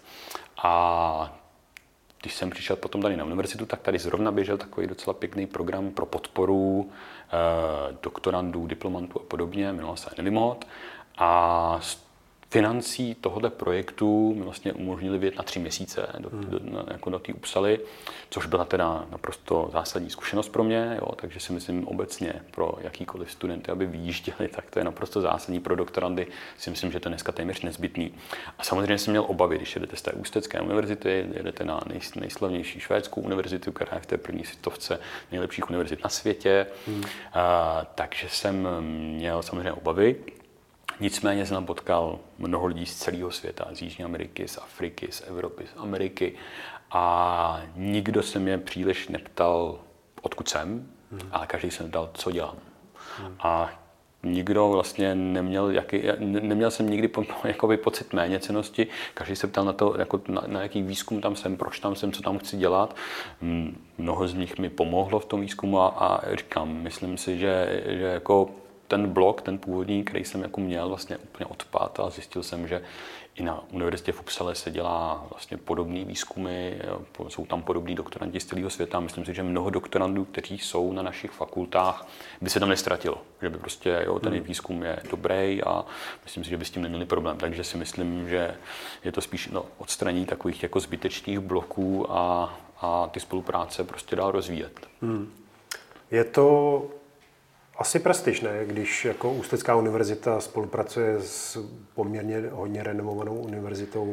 A když jsem přišel potom tady na univerzitu, tak tady zrovna běžel takový docela pěkný program pro podporu eh, doktorandů, diplomantů a podobně, jmenoval se Enlimod. A z financí tohoto projektu mi vlastně umožnili vyjet na tři měsíce do, hmm. do, na, jako do té Uppsaly, což byla teda naprosto zásadní zkušenost pro mě, jo, takže si myslím obecně pro jakýkoliv studenty, aby vyjížděli, tak to je naprosto zásadní, pro doktorandy si myslím, že to je dneska téměř nezbytný. A samozřejmě jsem měl obavy, když jedete z té Ústecké univerzity, jedete na nej, nejslavnější švédskou univerzitu, která je v té první světovce nejlepších univerzit na světě, hmm. a, takže jsem měl samozřejmě obavy. Nicméně jsem tam potkal mnoho lidí z celého světa, z Jižní Ameriky, z Afriky, z Evropy, z Ameriky a nikdo se mě příliš neptal, odkud jsem, hmm. ale každý se mě ptal, co dělám. Hmm. A nikdo vlastně neměl, jaký, neměl jsem nikdy po, jakoby pocit méněcennosti, každý se ptal na to, jako na, na jaký výzkum tam jsem, proč tam jsem, co tam chci dělat. Mnoho z nich mi pomohlo v tom výzkumu a, a říkám, myslím si, že, že jako ten blok, ten původní, který jsem jako měl, vlastně úplně odpad a zjistil jsem, že i na univerzitě v Uppsale se dělá vlastně podobný výzkumy, jsou tam podobní doktoranti z celého světa. Myslím si, že mnoho doktorandů, kteří jsou na našich fakultách, by se tam nestratilo. Že by prostě, jo, ten hmm. výzkum je dobrý a myslím si, že by s tím neměli problém. Takže si myslím, že je to spíš no, odstranění takových jako zbytečných bloků a, a ty spolupráce prostě dál rozvíjet. Hmm. Je to asi prestiž, ne? Když jako Ústecká univerzita spolupracuje s poměrně hodně renomovanou univerzitou.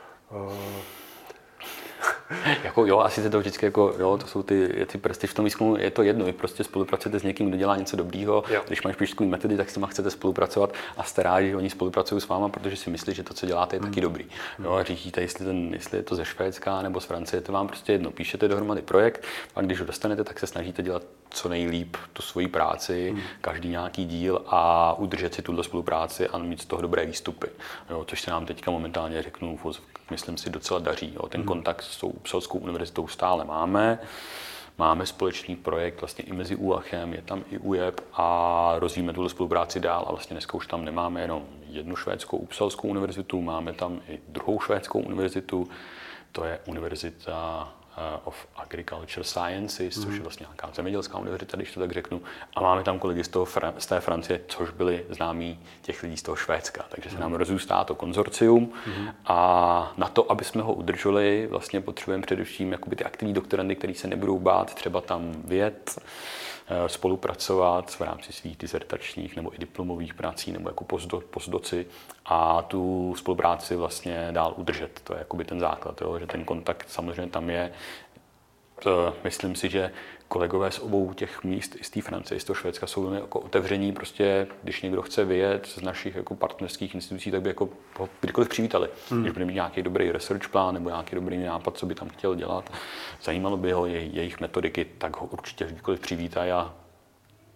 Jako jo, asi se to vždycky jako, jo, to jsou ty, ty prestiž v tom výzkumu, je to jedno, vy prostě spolupracujete s někým, kdo dělá něco dobrýho, jo. Když máš špičkové metody, tak s těma chcete spolupracovat a jste rádi, že oni spolupracují s váma, protože si myslí, že to, co děláte, je hmm. taky dobrý. Jo, a říkíte, jestli, ten, jestli je to ze Švédska nebo z Francie, to vám prostě jedno, píšete dohromady projekt a když ho dostanete, tak se snažíte dělat co nejlíp tu svoji práci, hmm. každý nějaký díl a udržet si tuto spolupráci a mít z toho dobré výstupy. Jo, což se nám teďka momentálně řeknu, myslím si, docela daří. Jo. Ten hmm. kontakt s tou Uppsalskou univerzitou stále máme. Máme společný projekt vlastně i mezi UAChem, je tam i U J E P a rozvíjíme tuto spolupráci dál a vlastně dneska už tam nemáme jenom jednu švédskou Uppsalskou univerzitu, máme tam i druhou švédskou univerzitu, to je univerzita of Agriculture Sciences, mm. což je vlastně nějaká zemědělská univerzita, když to tak řeknu. A máme tam kolegy z, toho, z té Francie, což byli známí těch lidí z toho Švédska. Takže se nám rozrůstá to konzorcium mm. a na to, aby jsme ho udrželi, vlastně potřebujeme především jakoby ty aktivní doktorandy, kteří se nebudou bát třeba tam vyjet, spolupracovat v rámci svých disertačních nebo i diplomových prací nebo jako postdo, postdoci a tu spolupráci vlastně dál udržet. To je jakoby ten základ, jo? Že ten kontakt samozřejmě tam je. To, myslím si, že kolegové z obou těch míst, i z té Francie, z toho Švédska, jsou velmi jako otevření. Prostě, když někdo chce vyjet z našich jako partnerských institucí, tak by jako ho kdykoliv přivítali. Hmm. Když bude mít nějaký dobrý research plán nebo nějaký dobrý nápad, co by tam chtěl dělat, zajímalo by ho jej, jejich metodiky, tak ho určitě kdykoliv přivítají a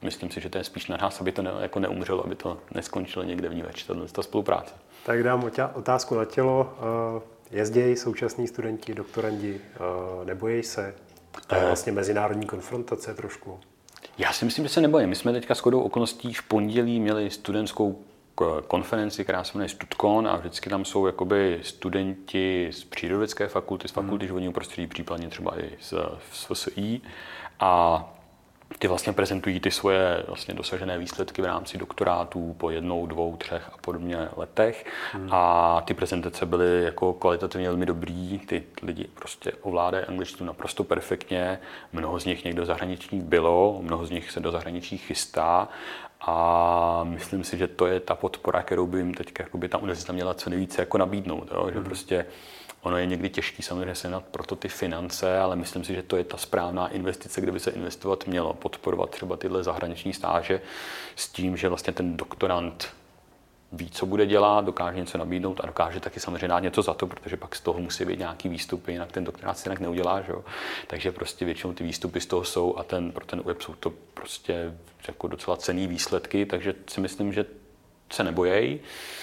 myslím si, že to je spíš na nás, aby to ne, jako neumřelo, aby to neskončilo někde v ní več, ta spolupráce. Tak dám otázku na tělo. Jezdějí současní studenti, doktorandi, nebojí se? To je vlastně mezinárodní konfrontace trošku. Já si myslím, že se nebojím. My jsme teďka shodou okolností v pondělí měli studentskou konferenci, která se jmenuje StudCon a vždycky tam jsou jakoby studenti z přírodovědecké fakulty, z fakulty životního prostředí, případně třeba i z, z F S I a ty vlastně prezentují ty svoje vlastně dosažené výsledky v rámci doktorátů po jednou, dvou, třech a podobně letech. Hmm. A ty prezentace byly jako kvalitativně velmi dobrý. Ty lidi prostě ovládají angličtinu naprosto perfektně. Mnoho z nich někdo do zahraničí bylo, mnoho z nich se do zahraničí chystá. A myslím si, že to je ta podpora, kterou by jim teď jakoby ta univerzita měla co nejvíce jako nabídnout. Jo? Že hmm. prostě ono je někdy těžký samozřejmě sehnat proto ty finance, ale myslím si, že to je ta správná investice, kde by se investovat mělo. Podporovat třeba tyhle zahraniční stáže s tím, že vlastně ten doktorand ví, co bude dělat, dokáže něco nabídnout a dokáže taky samozřejmě dát něco za to, protože pak z toho musí být nějaký výstupy, jinak ten doktorát si jinak neudělá. Že jo? Takže prostě většinou ty výstupy z toho jsou a ten, pro ten web jsou to prostě jako docela cenný výsledky, takže si myslím, že se nebojí.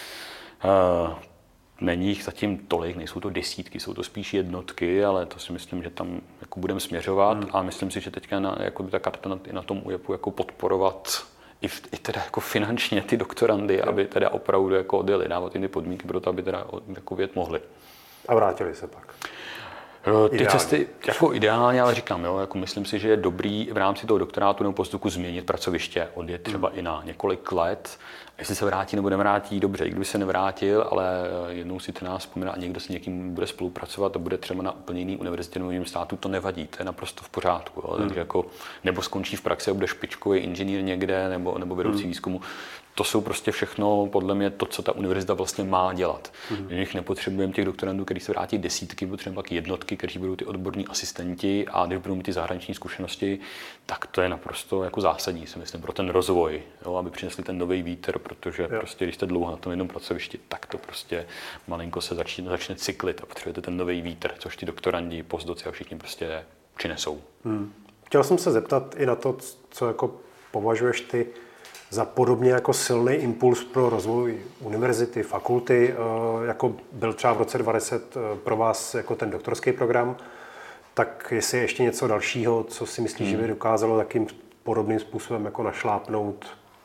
Uh, Není jich zatím tolik, nejsou to desítky, jsou to spíš jednotky, ale to si myslím, že tam jako budeme směřovat hmm. a myslím si, že teďka na, jako ta karta na, na tom U J E P u jako podporovat i, v, i teda jako finančně ty doktorandy, hmm. aby teda opravdu jako odjeli, dávat jim ty podmínky pro to, aby teda jako vědět mohli. A vrátili se pak. Ty ideálně. Cesty jako ideálně, ale říkám, jo, jako myslím si, že je dobrý v rámci toho doktorátu nebo postdoku změnit pracoviště, odjet třeba hmm. i na několik let. A jestli se vrátí nebo nevrátí, dobře, i kdyby se nevrátil, ale jednou si to nás vzpomíná a někdo s někým bude spolupracovat a bude třeba na úplně jiný univerzitě nebo jiném státu, to nevadí, to je naprosto v pořádku. Jo. Hmm. Takže jako, nebo skončí v praxi a bude špičkový inženýr někde nebo, nebo vedoucí hmm. výzkumu. To jsou prostě všechno, podle mě, to, co ta univerzita vlastně má dělat. Mm. My jich nepotřebujeme těch doktorandů, kteří se vrátí desítky, potřebujeme pak jednotky, kteří budou ty odborní asistenti a když budou mít ty zahraniční zkušenosti, tak to je naprosto jako zásadní, si myslím, pro ten rozvoj, jo, aby přinesli ten nový vítr, protože jo. prostě, když jste dlouho na tom jednom pracovišti, tak to prostě malinko se začne, začne cyklit a potřebujete ten nový vítr, což ti doktorandi, postdoci a všichni prostě přinesou. Mm. Chtěl jsem se zeptat i na to, co jako považuješ ty za podobně jako silný impuls pro rozvoj univerzity, fakulty, jako byl třeba v roce dvacet pro vás jako ten doktorský program, tak jestli je ještě něco dalšího, co si myslíš, hmm. že by dokázalo takým podobným způsobem jako našlápnout?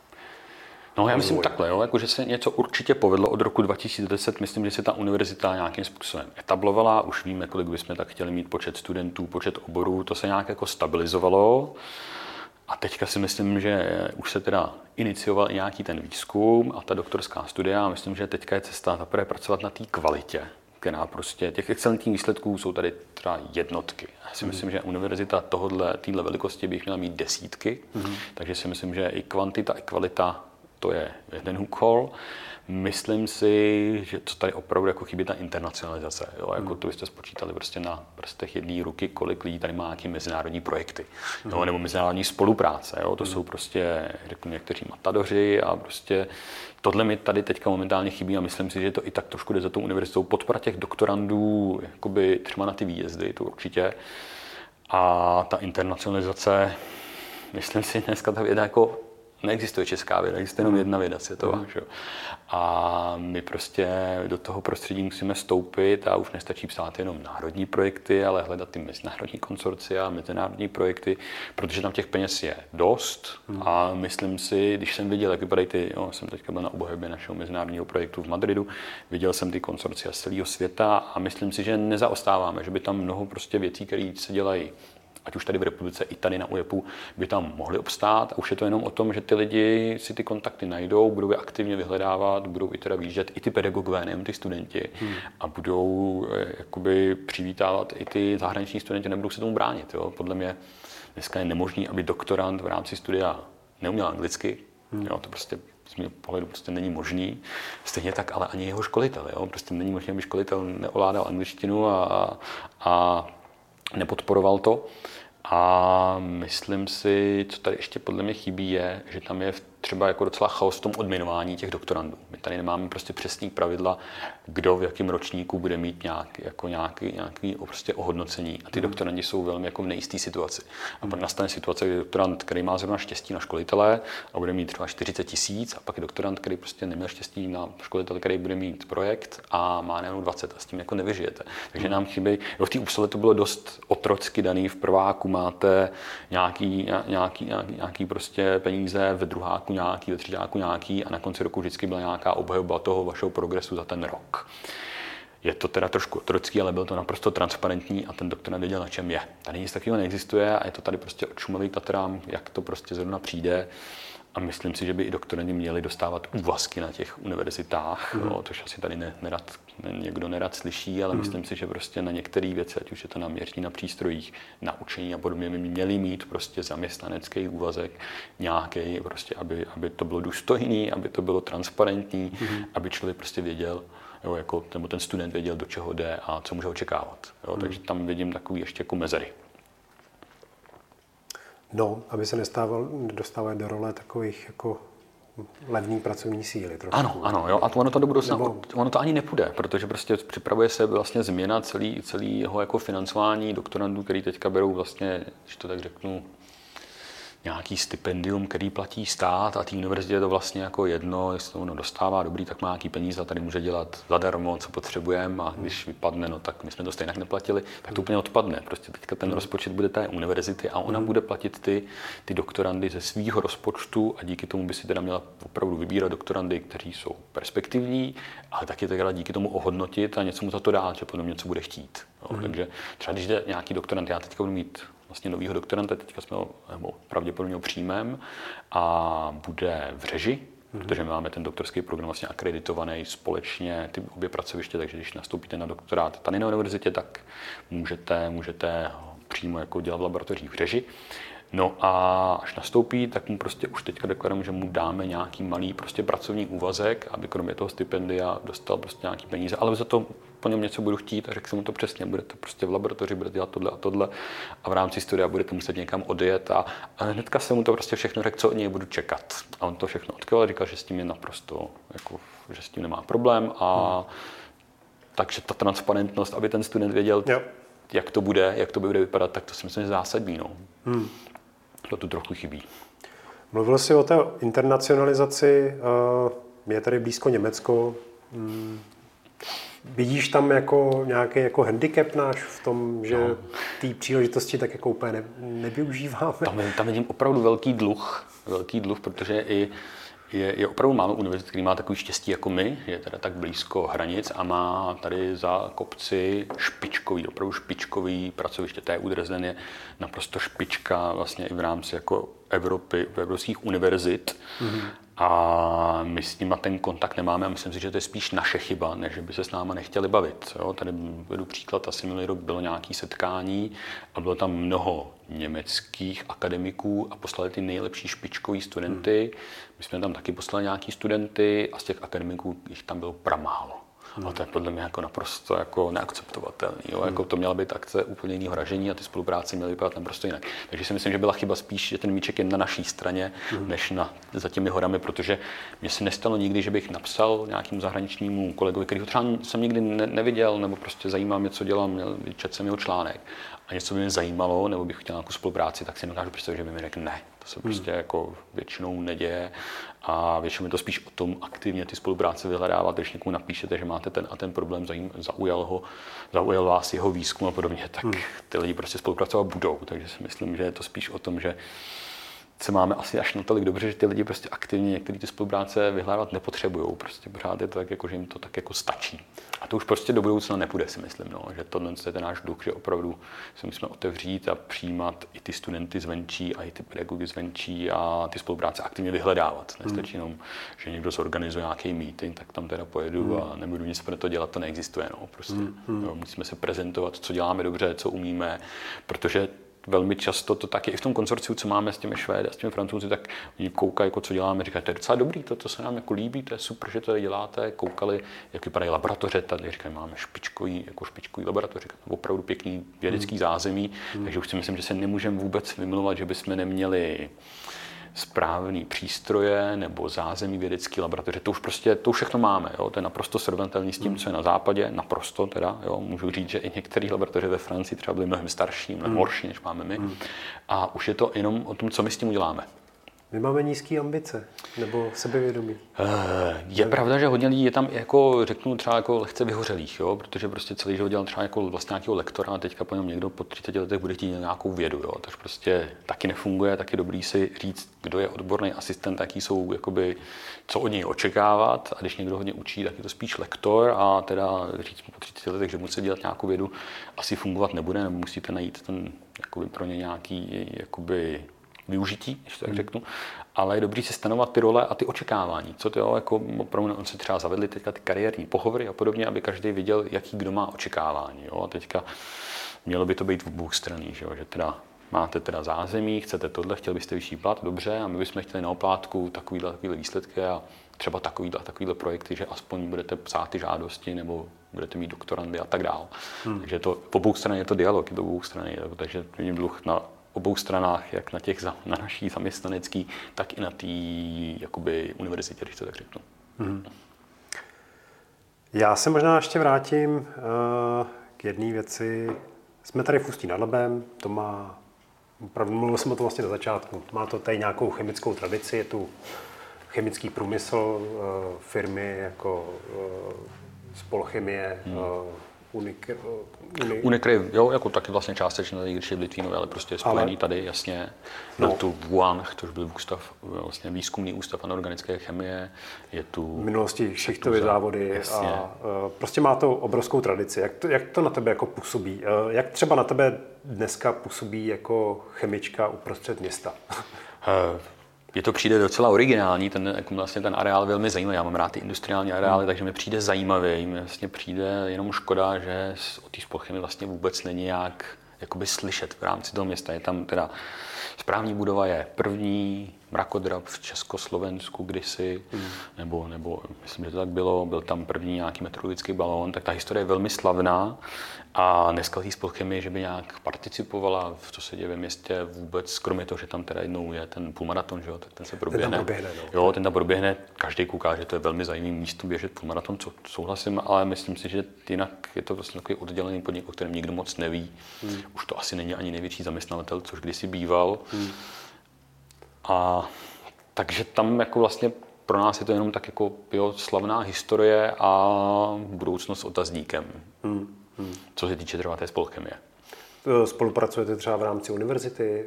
No já myslím takhle, jo, jako, že se něco určitě povedlo od roku dva tisíce deset, myslím, že se ta univerzita nějakým způsobem etablovala, už víme, kolik bychom tak chtěli mít počet studentů, počet oborů, to se nějak jako stabilizovalo. A teďka si myslím, že už se teda inicioval i nějaký ten výzkum a ta doktorská studia. Myslím, že teďka je cesta zaprvé pracovat na té kvalitě, která prostě, těch excelentních výsledků jsou tady třeba jednotky. Já si mm. myslím, že univerzita tohodle, téhle velikosti by měla mít desítky, mm. takže si myslím, že i kvantita, i kvalita, to je jeden úkol. Myslím si, že co tady opravdu jako chybí, ta internacionalizace. Jo? Jako hmm. to jste spočítali prostě na prstech jedné ruky, kolik lidí tady má nějaké mezinárodní projekty. Hmm. Jo? Nebo mezinárodní spolupráce. Jo? To hmm. jsou prostě, řeknu, někteří matadoři a prostě tohle mi tady teďka momentálně chybí a myslím si, že to i tak trošku jde za tou univerzitou. Podpora těch doktorandů, jakoby třeba na ty výjezdy, to určitě. A ta internacionalizace, myslím si, dneska ta věda jako neexistuje česká věda, existuje jenom jedna věda světová. Mm. A my prostě do toho prostředí musíme vstoupit a už nestačí psát jenom národní projekty, ale hledat ty mezinárodní konsorcia, mezinárodní projekty, protože tam těch peněz je dost. Mm. A myslím si, když jsem viděl, jak vypadají ty, jo, jsem teďka byl na obhajobě našeho mezinárodního projektu v Madridu, viděl jsem ty konsorcia z celého světa a myslím si, že nezaostáváme, že by tam mnoho prostě věcí, které se dělají ať už tady v republice, i tady na U J E P u, by tam mohli obstát. A už je to jenom o tom, že ty lidi si ty kontakty najdou, budou je aktivně vyhledávat, budou i teda výjíždět i ty pedagogové, nejen ty studenti. Hmm. A budou jakoby přivítávat i ty zahraniční studenti, nebudou se tomu bránit. Jo. Podle mě dneska je nemožný, aby doktorant v rámci studia neuměl anglicky. Hmm. Jo, to prostě z mého pohledu prostě není možný. Stejně tak, ale ani jeho školitel. Jo. Prostě není možné, aby školitel neovládal angličtinu a, a nepodporoval to. A myslím si, co tady ještě podle mě chybí, je, že tam je třeba jako docela chaos v tom odměňování těch doktorandů. My tady nemáme prostě přesný pravidla, kdo v jakém ročníku bude mít nějaký, jako nějaký, nějaký prostě ohodnocení. A ty mm. doktorandi jsou velmi jako v nejisté situaci. A pak nastane situace, kdy doktorand, který má zrovna štěstí na školitele a bude mít třeba čtyřicet tisíc, a pak je doktorand, který prostě neměl štěstí na školitele, který bude mít projekt a má nejenom dvacet a s tím jako nevyžijete. Takže mm. nám chybí, v té Upsale to bylo dost otrocky daný, v prváku máte nějaký, nějaký, nějaký, nějaký prostě peníze, ve druháku nějaký, ve třetíku nějaký a na konci roku vždycky byla nějaká obhajoba toho vašeho progresu za ten rok. Je to teda trošku otrocký, ale bylo to naprosto transparentní a ten doktor nevěděl, na čem je. Tady nic takového neexistuje a je to tady prostě od Šumavy k Tatrám, jak to prostě zrovna přijde. A myslím si, že by i doktorandi měli dostávat úvazky na těch univerzitách, mm. no, což asi tady ne, nerad, ne, někdo nerad slyší, ale mm. myslím si, že prostě na některé věci, ať už je to na měření, na přístrojích, na učení a podobně, by měli mít prostě zaměstnanecký úvazek nějaký, prostě, aby, aby to bylo důstojný, aby to bylo transparentní, mm. aby člověk prostě věděl, jo, jako, nebo ten student věděl, do čeho jde a co může očekávat. Jo, mm. Takže tam vidím takový ještě jako mezery. No, aby se nestával, dostával do role takových jako levný pracovní síly. Trošku. Ano, ano, jo, a to ono to do budoucna, Nebo... ono to ani nepůjde, protože prostě připravuje se vlastně změna celý, celého jako financování doktorandů, který teďka berou vlastně, když to tak řeknu, nějaký stipendium, který platí stát a té univerzitě je to vlastně jako jedno, jestli to ono dostává dobrý, tak má nějaký peníze a tady může dělat zadarmo, co potřebujeme a když vypadne, no tak my jsme to stejně neplatili, tak to úplně odpadne. Prostě teďka ten rozpočet bude té univerzity a ona bude platit ty, ty doktorandy ze svýho rozpočtu a díky tomu by si teda měla opravdu vybírat doktorandy, kteří jsou perspektivní, ale taky teda díky tomu ohodnotit a něco mu za to dát, že potom něco bude chtít. Jo. Mm. Takže třeba když jde nějaký doktorand, já teďka budu mít vlastně novýho doktoranta, teďka jsme ho nebo pravděpodobně ho přijmeme a bude v Řeži, mm-hmm. protože my máme ten doktorský program vlastně akreditovaný společně, ty obě pracoviště, takže když nastoupíte na doktorát tady na univerzitě, tak můžete, můžete přímo jako dělat v laboratořích v Řeži. No a až nastoupí, tak mu prostě už teďka deklarujeme, že mu dáme nějaký malý prostě pracovní úvazek, aby kromě toho stipendia dostal prostě nějaký peníze, ale za to po něm něco budu chtít a řekl jsem mu to přesně, budete prostě v laboratoři, budete dělat tohle a tohle a v rámci studia budete muset někam odjet a, a hnedka jsem mu to prostě všechno řekl, co od něj budu čekat. A on to všechno odkyval, říkal, že s tím je naprosto, jako, že s tím nemá problém a hmm. takže ta transparentnost, aby ten student věděl, jo. jak to bude, jak to bude vypadat, tak to si myslím, že zásadní. No. Hmm. To tu trochu chybí. Mluvil jsi o té internacionalizaci, je tady blízko Německo. Vidíš tam jako nějaký jako handicap náš v tom, že no. té příležitosti tak jako úplně ne, nevyužíváme? Tam, tam vidím opravdu velký dluh, velký dluh, protože i Je, je opravdu máme univerzit, který má takový štěstí jako my, je teda tak blízko hranic a má tady za kopci špičkový, opravdu špičkový pracoviště. T U Dresden je naprosto špička vlastně i v rámci jako Evropy, evropských univerzit. Mm-hmm. A my s nima ten kontakt nemáme a myslím si, že to je spíš naše chyba, než že by se s náma nechtěli bavit. Jo? Tady vedu příklad, asi minulý rok bylo nějaké setkání a bylo tam mnoho německých akademiků a poslali ty nejlepší špičkový studenty. My jsme tam taky poslali nějaký studenty a z těch akademiků jich tam bylo pramálo. Hmm. A to je podle mě jako naprosto jako neakceptovatelný. Jo? Hmm. Jako to měla být akce úplně jiného ražení a ty spolupráce měly vypadat naprosto jinak. Takže si myslím, že byla chyba spíš, že ten míček je na naší straně, hmm. než na, za těmi horami, protože mně se nestalo nikdy, že bych napsal nějakému zahraničnímu kolegovi, kterýho třeba jsem nikdy ne, neviděl, nebo prostě zajímá mě, co dělám, měl, četl jsem jeho článek a něco by mě zajímalo, nebo bych chtěl nějakou spolupráci, tak si nedokážu představit, že by mi řekl ne. To se prostě hmm. jako většinou neděje a většinou je to spíš o tom aktivně ty spolupráce vyhledávat, když někomu napíšete, že máte ten a ten problém, zaujal ho, zaujal vás jeho výzkum a podobně, tak hmm. ty lidi prostě spolupracovat budou. Takže si myslím, že je to spíš o tom, že se máme asi až natolik dobře, že ty lidi prostě aktivně některé ty spolupráce vyhledávat nepotřebují. Prostě pořád je to tak, jako, že jim to tak jako stačí. A to už prostě do budoucna nepůjde, si myslím, no. Že tohle je ten náš duch, že opravdu se musíme otevřít a přijímat i ty studenty zvenčí a i ty pedagogy zvenčí a ty spolupráce aktivně vyhledávat. Nestačí jenom, že někdo zorganizuje nějaký meeting, tak tam teda pojedu hmm. a nebudu nic pro to dělat, to neexistuje. No. Prostě, hmm. jo, musíme se prezentovat, co děláme dobře, co umíme, protože velmi často to tak je i v tom konsorciu, co máme s těmi Švédy a s těmi Francouzi, tak oni koukají, jako co děláme, říkají, to je docela dobrý, to, to se nám jako líbí, to je super, že to tady děláte, koukali, jak vypadají laboratoře, tady říkají, máme špičkový, jako špičkový laboratoře, opravdu pěkný vědecký zázemí, hmm. takže už si myslím, že se nemůžeme vůbec vymlouvat, že bychom neměli správný přístroje nebo zázemí vědecké laboratoře. To už prostě, to už všechno máme. Jo? To je naprosto srovnatelné s tím, hmm. co je na západě. Naprosto teda. Jo? Můžu říct, že i některé laboratoře ve Francii třeba byly mnohem starší, mnohem hmm. horší, než máme my. Hmm. A už je to jenom o tom, co my s tím uděláme. My máme nízké ambice, nebo sebevědomí. Je ne. pravda, že hodně lidí je tam, jako řeknu, třeba jako lehce vyhořelých, jo? Protože prostě celý život dělal třeba jako vlastně nějakého lektora a teďka po něm někdo po třiceti letech bude chtít nějakou vědu. Jo? Takže prostě taky nefunguje, taky dobrý si říct, kdo je odborný asistent, jaký jsou, jakoby, co od něj očekávat. A když někdo hodně učí, tak je to spíš lektor a teda říct po třiceti letech, že musí dělat nějakou vědu, asi fungovat nebude, nebo musíte najít ten, jakoby, pro ně nějaký, jakoby, využití, když to tak řeknu, ale je dobrý si stanovat ty role a ty očekávání. Co to jo, jako opravdu on se třeba zavedli teďka ty kariérní pohovory a podobně, aby každý viděl, jaký kdo má očekávání. Jo? A teďka mělo by to být v obou straných, že, že teda máte teda zázemí, chcete tohle, chtěli byste vyšší plat, dobře, a my bychom chtěli na oplátku takovýhle, takovýhle výsledky a třeba takovýhle, takovýhle projekty, že aspoň budete psát ty žádosti nebo budete mít doktorandy a tak dál. Hmm. Takže to v obou stranách je to dialog, je to v obou stranách, takže vidím dluh na obou stranách, jak na těch na naší zaměstnanecký, tak i na té jakoby univerzitě, když to tak řeknu. Hmm. Já se možná ještě vrátím uh, k jedné věci. Jsme tady v Ústí nad Labem, to má, opravdu mluvil jsem o tom vlastně na začátku, má to tady nějakou chemickou tradici, je tu chemický průmysl, uh, firmy jako uh, Spolchemie, hmm. uh, Unicre, Uni... Unicre, jo, jako taky vlastně částečně tady, když je v Litvínově, ale prostě je spojený ale... tady, jasně. Byl no. tu v Wuhan, což byl ústav, vlastně výzkumný ústav anorganické chemie, je tu... V minulosti šichtové závody jasně. a uh, prostě má to obrovskou tradici. Jak to, jak to na tebe jako působí? Uh, jak třeba na tebe dneska působí jako chemička uprostřed města? uh. Je to přijde docela originální, ten, jako vlastně ten areál velmi zajímavý. Já mám rád ty industriální areály, hmm. takže mi přijde zajímavý. Mně vlastně přijde jenom škoda, že o té Spolchemii vlastně vůbec není jak jakoby slyšet v rámci toho města. Je tam teda správní budova je první mrakodrap v Československu kdysi, hmm. nebo, nebo myslím, že to tak bylo, byl tam první nějaký meteorologický balón, tak ta historie je velmi slavná. A dneska tý Spolchemii, že by nějak participovala v co se děje ve městě vůbec, kromě toho, že tam teda jednou je ten půlmaraton, že jo, tak ten se proběhne. Ten tam proběhne, no. Jo, ten tam proběhne, každý kouká, že to je velmi zajímavý místo běžet půlmaraton, co souhlasím, ale myslím si, že jinak je to vlastně takový oddělený podnik, o kterém nikdo moc neví. Hmm. Už to asi není ani největší zaměstnavatel, což kdysi býval. Hmm. A takže tam jako vlastně pro nás je to jenom tak jako jo, slavná historie a budoucnost s otazníkem. Hmm. Hmm. Co se týče třeba té Spolchemie. Spolupracujete třeba v rámci univerzity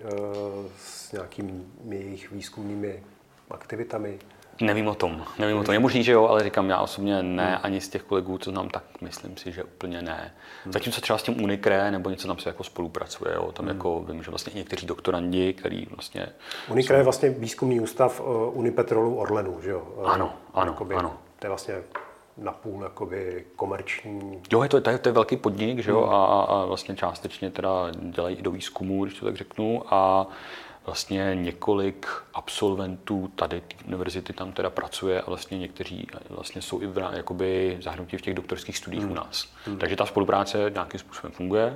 s nějakými jejich výzkumnými aktivitami? Nevím o tom. Nevím o tom. Je možný, že jo, ale říkám, já osobně ne, hmm. ani z těch kolegů, co znám, tak myslím si, že úplně ne. Hmm. Zatímco třeba s tím Unicre nebo něco tam se jako spolupracuje, jo. Tam hmm. jako vím, že vlastně někteří doktorandi, který vlastně... Unicre jsou... je vlastně výzkumný ústav Unipetrolu Orlenu, že jo? Ano, ano, Jakoby, ano. To je vlastně napůl jakoby komerční. Jo, je to, to, je, to je velký podnik, že jo, hmm. a, a vlastně částečně teda dělají i do výzkumu, když to tak řeknu, a vlastně několik absolventů tady univerzity tam teda pracuje a vlastně někteří vlastně jsou i v, jakoby zahrnutí v těch doktorských studiích hmm. u nás. Hmm. Takže ta spolupráce nějakým způsobem funguje.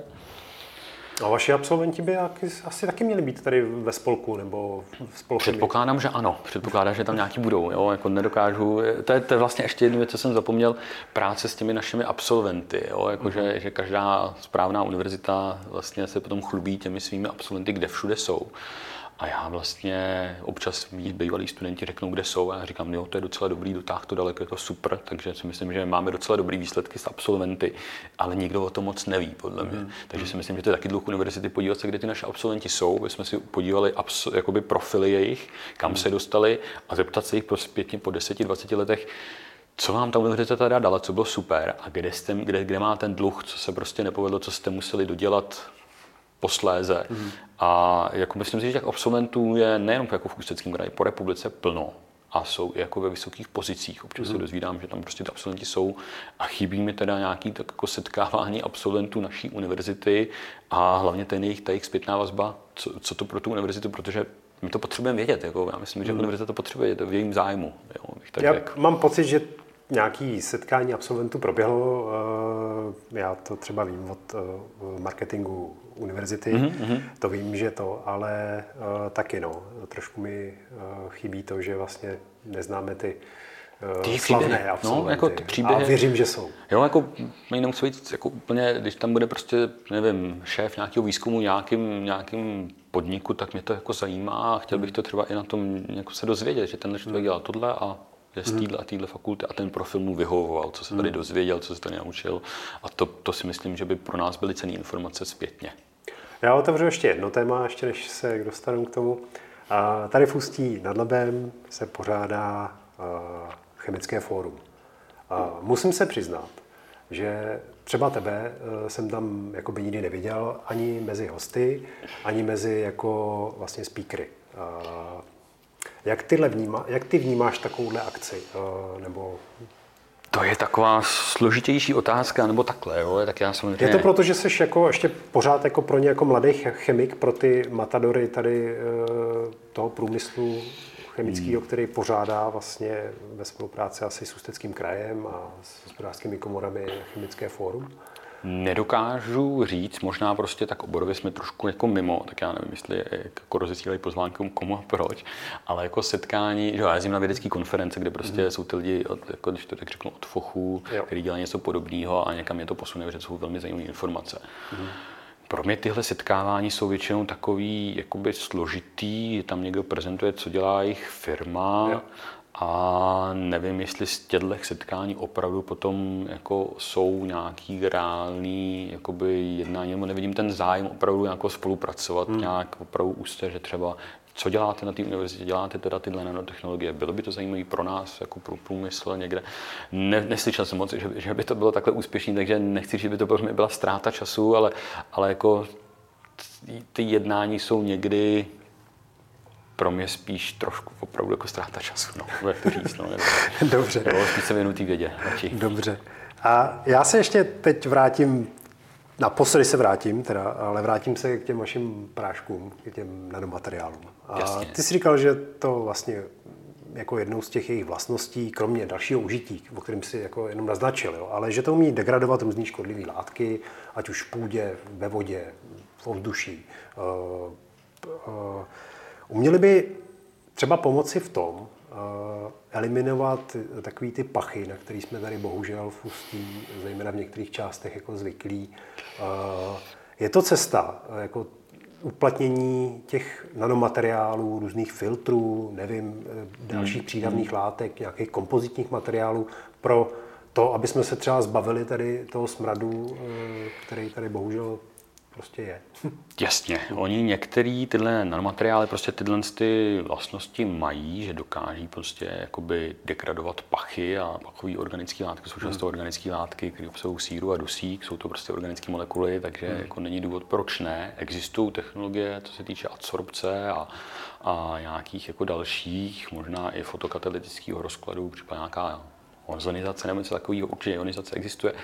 A vaši absolventi by asi taky měli být tady ve spolku nebo v spolku? Předpokládám, že ano. Předpokládám, že tam nějaký budou. Jo? Jako nedokážu. To je, to je vlastně ještě jednu věc, co jsem zapomněl, práce s těmi našimi absolventy. Jo? Jako, mm-hmm. že, že každá správná univerzita vlastně se potom chlubí těmi svými absolventy, kde všude jsou. A já vlastně občas mít bývalí studenti řeknou, kde jsou, a já říkám, jo, to je docela dobrý, dotáh to daleko, je to super, takže si myslím, že máme docela dobrý výsledky s absolventy, ale nikdo o tom moc neví, podle mě. Mm. Takže si myslím, že to je taky dluh univerzity podívat se, kde ty naše absolventi jsou, aby jsme si podívali abso- jakoby profily jejich, kam mm. se dostali a zeptat se jich zpětně po deseti, dvaceti letech, co vám ta univerzita teda dala, co bylo super a kde, jste, kde, kde má ten dluh, co se prostě nepovedlo, co jste museli dodělat posléze. Mm. A jako myslím si, že těch absolventů je nejenom jako v Ústeckém kraji, po republice plno a jsou i jako ve vysokých pozicích. Občas mm. se dozvídám, že tam prostě ty absolventi jsou a chybí mi teda nějaký tak jako setkávání absolventů naší univerzity a hlavně ten jejich, ta jejich zpětná vazba, co, co to pro tu univerzitu, protože my to potřebujeme vědět. Jako já myslím, že mm. univerzita to potřebuje, je to v jejím zájmu. Jo, bych tak já řek. mám pocit, že nějaký setkání absolventů proběhlo. Já to třeba vím od marketingu univerzity, mm-hmm. to vím, že to, ale uh, taky no, trošku mi uh, chybí to, že vlastně neznáme ty Ty slavné absolventy. No, jako ty příběhy. A věřím, že jsou. Jo, jako jenom chci být jako úplně, když tam bude prostě, nevím, šéf nějakého výzkumu nějakým, nějakým podniku, tak mě to jako zajímá a chtěl bych to třeba i na tom jako se dozvědět, že tenhle člověk dělal tohle a je z téhle a téhle fakulty a ten profil mu vyhovoval, co se tady dozvěděl, co se tady naučil a to, to si myslím, že by pro nás byly cenné informace zpětně. Já otevřu ještě jedno téma, ještě než se dostanu k tomu. A tady v Ústí nad Labem se pořádá chemické fórum. A musím se přiznat, že třeba tebe jsem tam jako by nikdy neviděl ani mezi hosty, ani mezi jako vlastně speakery. Jak, tyhle vníma, jak ty vnímáš takovouhle akci? Nebo... To je taková složitější otázka, nebo takhle, jo? Tak já samozřejmě... Je to proto, že jsi jako ještě pořád jako pro ně jako mladý chemik, pro ty matadory tady toho průmyslu chemického, hmm. který pořádá vlastně ve spolupráci asi s Ústeckým krajem a s hospodářskými komorami chemické fórum? Nedokážu říct, možná prostě tak oborově jsme trošku jako mimo, tak já nevím, jestli jako rozesílají pozvánky komu a proč, ale jako setkání, že já jezdím na vědecké konference, kde prostě hmm. jsou ty lidi, od, jako když to tak řeknu, od fochu, který dělají něco podobného a někam je to posune, že to jsou velmi zajímavé informace. Hmm. Pro mě tyhle setkávání jsou většinou takový jakoby složitý, že tam někdo prezentuje, co dělá jejich firma jo. a nevím, jestli z těchto setkání opravdu potom jako jsou nějaký reální jakoby jednání, nebo nevidím ten zájem opravdu jako spolupracovat hmm. nějak opravdu úzce, že třeba co děláte na té univerzitě, děláte teda tyhle nanotechnologie, bylo by to zajímavé pro nás, jako pro průmysl někde. Ne, neslyšel jsem moc, že, že by to bylo takhle úspěšné, takže nechci, že by to bylo, byla ztráta času, ale, ale jako ty jednání jsou někdy pro mě spíš trošku opravdu jako ztráta času, no, jak to říct, no. Dobře. Jo, spíš se věnuju té vědě. Radši. Dobře. A já se ještě teď vrátím, naposledy se vrátím, teda, ale vrátím se k těm vašim práškům, k těm nanomateriálům. A Jasně. ty jsi říkal, že to vlastně jako jednou z těch jejich vlastností, kromě dalšího užití, o kterém si jako jenom naznačil, jo, ale že to umí degradovat různý škodlivé látky, ať už v půdě, ve vodě, v ovzduší. Uh, uh, uměli by třeba pomoci v tom, uh, eliminovat takový ty pachy, na který jsme tady bohužel v Ústí, zejména v některých částech jako zvyklí. Uh, je to cesta, jako uplatnění těch nanomateriálů, různých filtrů, nevím, dalších hmm. přídavných hmm. látek, nějakých kompozitních materiálů pro to, aby jsme se třeba zbavili tady toho smradu, který tady bohužel prostě je. Jasně. Oni některé tyhle nanomateriály prostě tyhle ty vlastnosti mají, že dokáží prostě jakoby degradovat pachy a pachové organické látky. Jsou často hmm. organické látky, které obsahují síru a dusík, jsou to prostě organické molekuly, takže hmm. jako není důvod, proč ne. Existují technologie, co se týče adsorpce a, a nějakých jako dalších, možná i fotokatalytického rozkladu, případně nějaká ozonizace nebo něco takového, určitě ionizace existuje.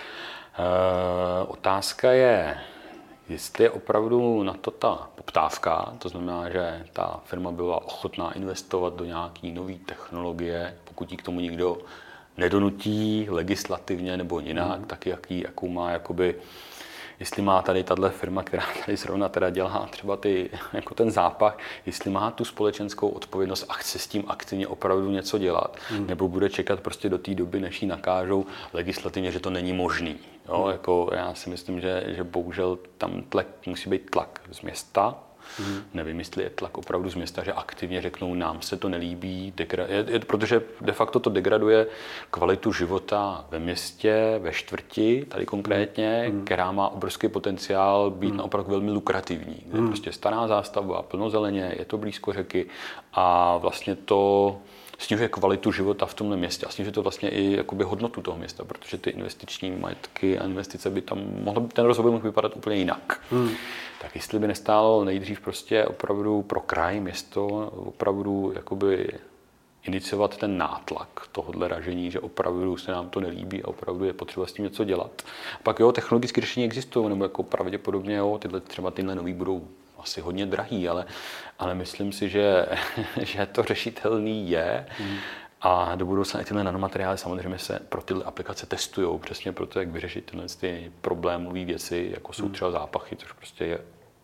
E, otázka je, jestli je opravdu na to ta poptávka, to znamená, že ta firma byla ochotná investovat do nějaké nové technologie, pokud ji k tomu nikdo nedonutí legislativně nebo jinak, mm. tak jaký, jakou má, jakoby, jestli má tady tato firma, která tady zrovna teda dělá třeba ty, jako ten zápach, jestli má tu společenskou odpovědnost a chce s tím aktivně opravdu něco dělat, mm. nebo bude čekat prostě do té doby, než ji nakážou legislativně, že to není možný. Jo, mm. jako já si myslím, že, že bohužel tam tlak, musí být tlak z města. Mm. Nevím, jestli je tlak opravdu z města, že aktivně řeknou, nám se to nelíbí, degra- je, je, protože de facto to degraduje kvalitu života ve městě, ve čtvrti, tady konkrétně, mm. která má obrovský potenciál být mm. naopak velmi lukrativní. Mm. Je prostě stará zástavba, plno zeleně, je to blízko řeky a vlastně to snižuje kvalitu života v tomhle městě a snižuje to vlastně i jakoby hodnotu toho města, protože ty investiční majetky a investice by tam mohlo, ten rozvoj mohl vypadat úplně jinak. Hmm. Tak jestli by nestálo nejdřív prostě opravdu pro kraj, město, opravdu jakoby iniciovat ten nátlak tohohle ražení, že opravdu se nám to nelíbí a opravdu je potřeba s tím něco dělat. A pak jo, technologické řešení existují, nebo jako pravděpodobně jo, tyhle, třeba tyhle nový budou asi hodně drahý, ale, ale myslím si, že, že to řešitelný je. Mm. A do budoucna i tyhle nanomateriály samozřejmě se pro tyhle aplikace testují, přesně proto, jak vyřešit tyhle ty problémové věci, jako jsou třeba zápachy, což prostě je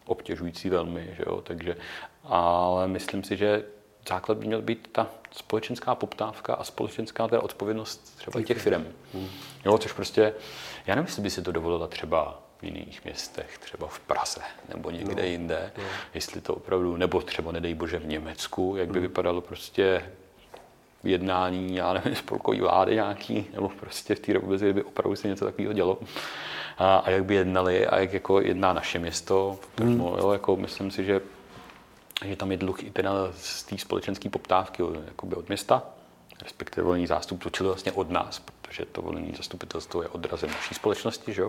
obtěžující velmi, že jo, takže, ale myslím si, že základ by měl být ta společenská poptávka a společenská teda odpovědnost třeba těch firm. Hmm. Jo, což prostě, já nevím, jestli by si to dovolila třeba v jiných městech, třeba v Praze nebo někde no, jinde, no. Jestli to opravdu, nebo třeba nedej bože v Německu, jak by hmm. vypadalo prostě jednání, já nevím, spolkový vlády nějaký, nebo prostě v té republice, kdyby opravdu se něco takového dělo. A, a jak by jednali a jak jako jedná naše město. Hmm. Jo, jako myslím si, že že tam je dluh i teda z té společenské poptávky jakoby od města, respektive volení zástupců, čili vlastně od nás, protože to volení zastupitelstvo je odrazem naší společnosti, že jo?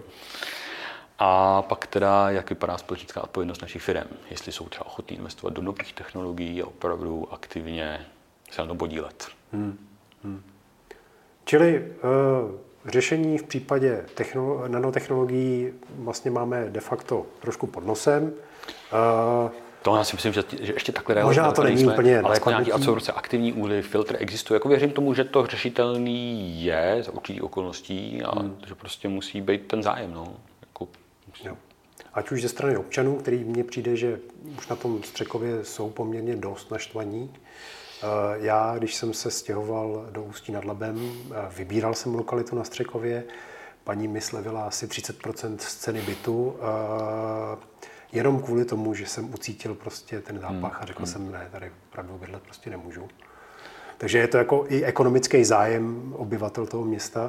A pak teda, jak vypadá společenská odpovědnost našich firm, jestli jsou třeba ochotní investovat do nových technologií a opravdu aktivně se na to podílet. Hmm. Hmm. Čili uh, řešení v případě technolo- nanotechnologií vlastně máme de facto trošku pod nosem. Uh, To já si myslím, že, že ještě takhle reálně možná to není nejsme, úplně ale jako nějaký absorpce, aktivní úly, filtr existuje. Jako věřím tomu, že to řešitelný je za určitých okolností a hmm. že prostě musí být ten zájem. No. Jako, musí... Ať už ze strany občanů, který mně přijde, že už na tom Střekově jsou poměrně dost naštvaní. Já, když jsem se stěhoval do Ústí nad Labem, vybíral jsem lokalitu na Střekově, paní mi slevila asi třicet procent z ceny bytu. Jenom kvůli tomu, že jsem ucítil prostě ten zápach a řekl hmm. jsem, ne, tady opravdu bydlet prostě nemůžu. Takže je to jako i ekonomický zájem obyvatel toho města.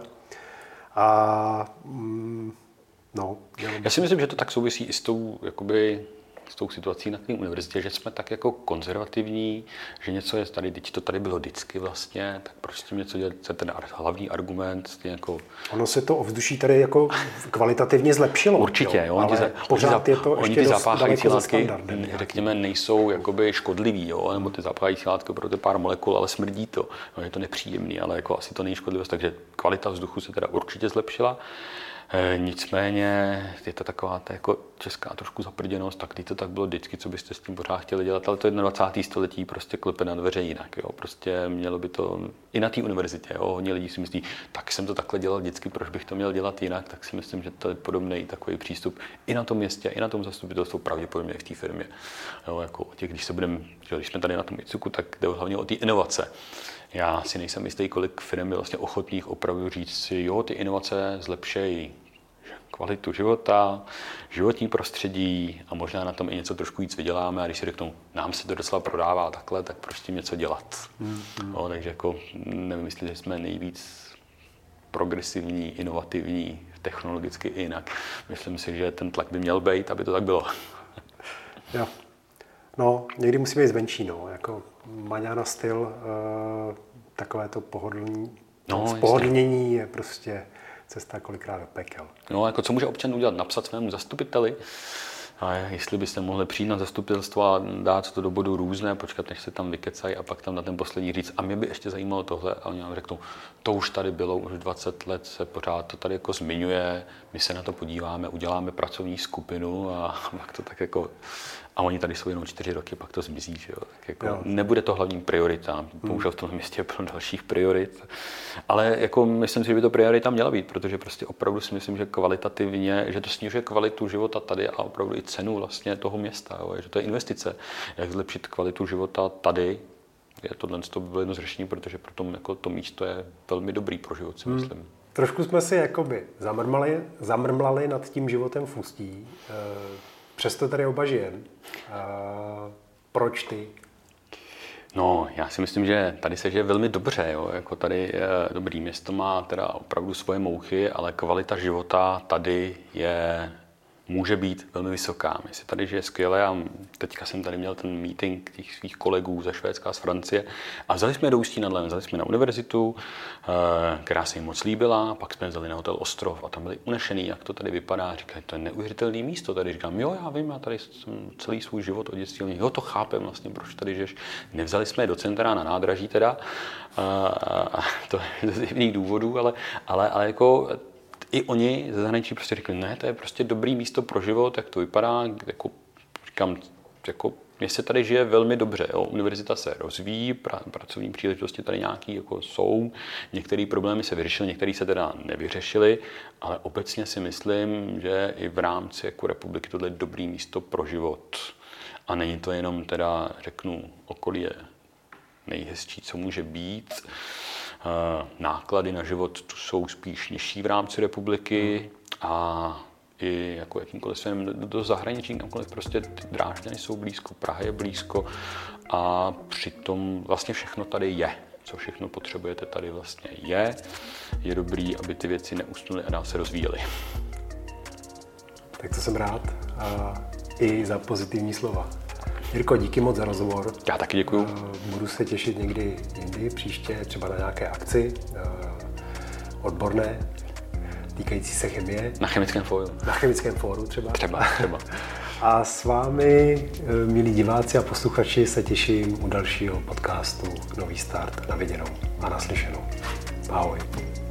A mm, no. Já si myslím, že to tak souvisí i s tou, jakoby, s tou situací na té univerzitě, že jsme tak jako konzervativní, že něco je tady, teď to tady bylo vždycky vlastně, tak prostě něco dělat, ten hlavní argument. Jako... Ono se to ovzduší tady jako kvalitativně zlepšilo. Určitě, jo, ale za, pořád je to oni ještě ty dost zapáchající látky, řekněme, nejsou jakoby škodlivý, jo, nebo ty zapáchající látky pro ty pár molekul, ale smrdí to. Jo, je to nepříjemný, ale jako asi to není škodlivost, takže kvalita vzduchu se teda určitě zlepšila. E, nicméně je to taková ta jako česká trošku zaprděnost, tak to tak bylo vždycky, co byste s tím pořád chtěli dělat, ale to dvacátého prvního století prostě klepe na dveře jinak, jo. Prostě mělo by to i na té univerzitě, jo. Hodně lidí si myslí, tak jsem to takhle dělal vždycky, proč bych to měl dělat jinak, tak si myslím, že to je podobný takový přístup i na tom městě, i na tom zastupitelstvu, pravděpodobně i v té firmě. Jo, jako těch, když se budeme, když jsme tady na tom ICUku, tak jde hlavně o ty inovace. Já si nejsem jistý, kolik firm je vlastně ochotných opravdu říct si, jo, ty inovace zlepšejí kvalitu života, životní prostředí a možná na tom i něco trošku víc vyděláme a když si řeknou, nám se to docela prodává takhle, tak prostě něco dělat. Mm, mm. No, takže jako nevím, jestli jsme nejvíc progresivní, inovativní, technologicky i jinak. Myslím si, že ten tlak by měl být, aby to tak bylo. Jo. No, někdy musí být zvenčí, no, jako maňána styl, uh, takové to pohodlní, no, pohodlnění je prostě cesta kolikrát do pekel. No, jako co může občan udělat? Napsat svému zastupiteli, a jestli byste mohli přijít na zastupitelstvo a dát to do bodu různé, počkat, než se tam vykecají a pak tam na ten poslední říct. A mě by ještě zajímalo tohle. A oni nám řeknou, to už tady bylo, už dvacet let se pořád to tady jako zmiňuje, my se na to podíváme, uděláme pracovní skupinu a pak to tak jako... A oni tady jsou jenom čtyři roky, pak to zmizí, že jo. Tak jako jo. Nebude to hlavním prioritám. Bohužel v tom městě je plno dalších priorit. Ale jako myslím si, že by to priorita měla být, protože prostě opravdu si myslím, že kvalitativně, že to snižuje kvalitu života tady a opravdu i cenu vlastně toho města, jo. Že to je investice. Jak zlepšit kvalitu života tady, je tohle to by bylo jedno z řešení, protože pro tom, jako to místo je velmi dobrý pro život, si myslím. Hmm. Trošku jsme si jakoby zamrmlali, zamrmlali nad tím životem v Ústí. Přesto tady oba žijem. Proč ty? No, já si myslím, že tady se žije velmi dobře. Jo. Jako tady je dobrý město, má teda opravdu svoje mouchy, ale kvalita života tady je, může být velmi vysoká. My si tady žije skvěle a teďka jsem tady měl ten meeting těch svých kolegů ze Švédska a z Francie a vzali jsme do Ústí nad Labem, vzali jsme na univerzitu, která se jim moc líbila, pak jsme vzali na hotel Ostrov a tam byli unešený, jak to tady vypadá. Říkali, to je neuvěřitelné místo. Tady říkám, jo, já vím, já tady jsem celý svůj život od dětství, jo, to chápem vlastně, proč tady žiješ. Nevzali jsme je do centra na nádraží teda, a to je z jiných důvodů, ale, ale, ale jako i oni ze zahraničí prostě řekli, ne, to je prostě dobrý místo pro život, jak to vypadá, jako, říkám, jako Mně se tady žije velmi dobře. Jo. Univerzita se rozvíjí, pra, pracovní příležitosti tady nějaký jako jsou. Některé problémy se vyřešily, některé se teda nevyřešily, ale obecně si myslím, že i v rámci jako republiky tohle je dobrý místo pro život. A není to jenom teda, řeknu, okolí je nejhezčí, co může být. Náklady na život tu jsou spíš nižší v rámci republiky a i jako jakýmkoliv svém do zahraničí, kamkoliv prostě ty Drážďany jsou blízko, Praha je blízko a přitom vlastně všechno tady je. Co všechno potřebujete tady vlastně je. Je dobrý, aby ty věci neusnuly a dál se rozvíjely. Tak to jsem rád a i za pozitivní slova. Jirko, díky moc za rozhovor. Já taky děkuju. Budu se těšit někdy jindy, příště, třeba na nějaké akci odborné, týkající se chemie. Na chemickém fóru. Na chemickém fóru třeba. Třeba, třeba. A s vámi, milí diváci a posluchači, se těším u dalšího podcastu Nový start. Na viděnou a naslyšenou. Ahoj.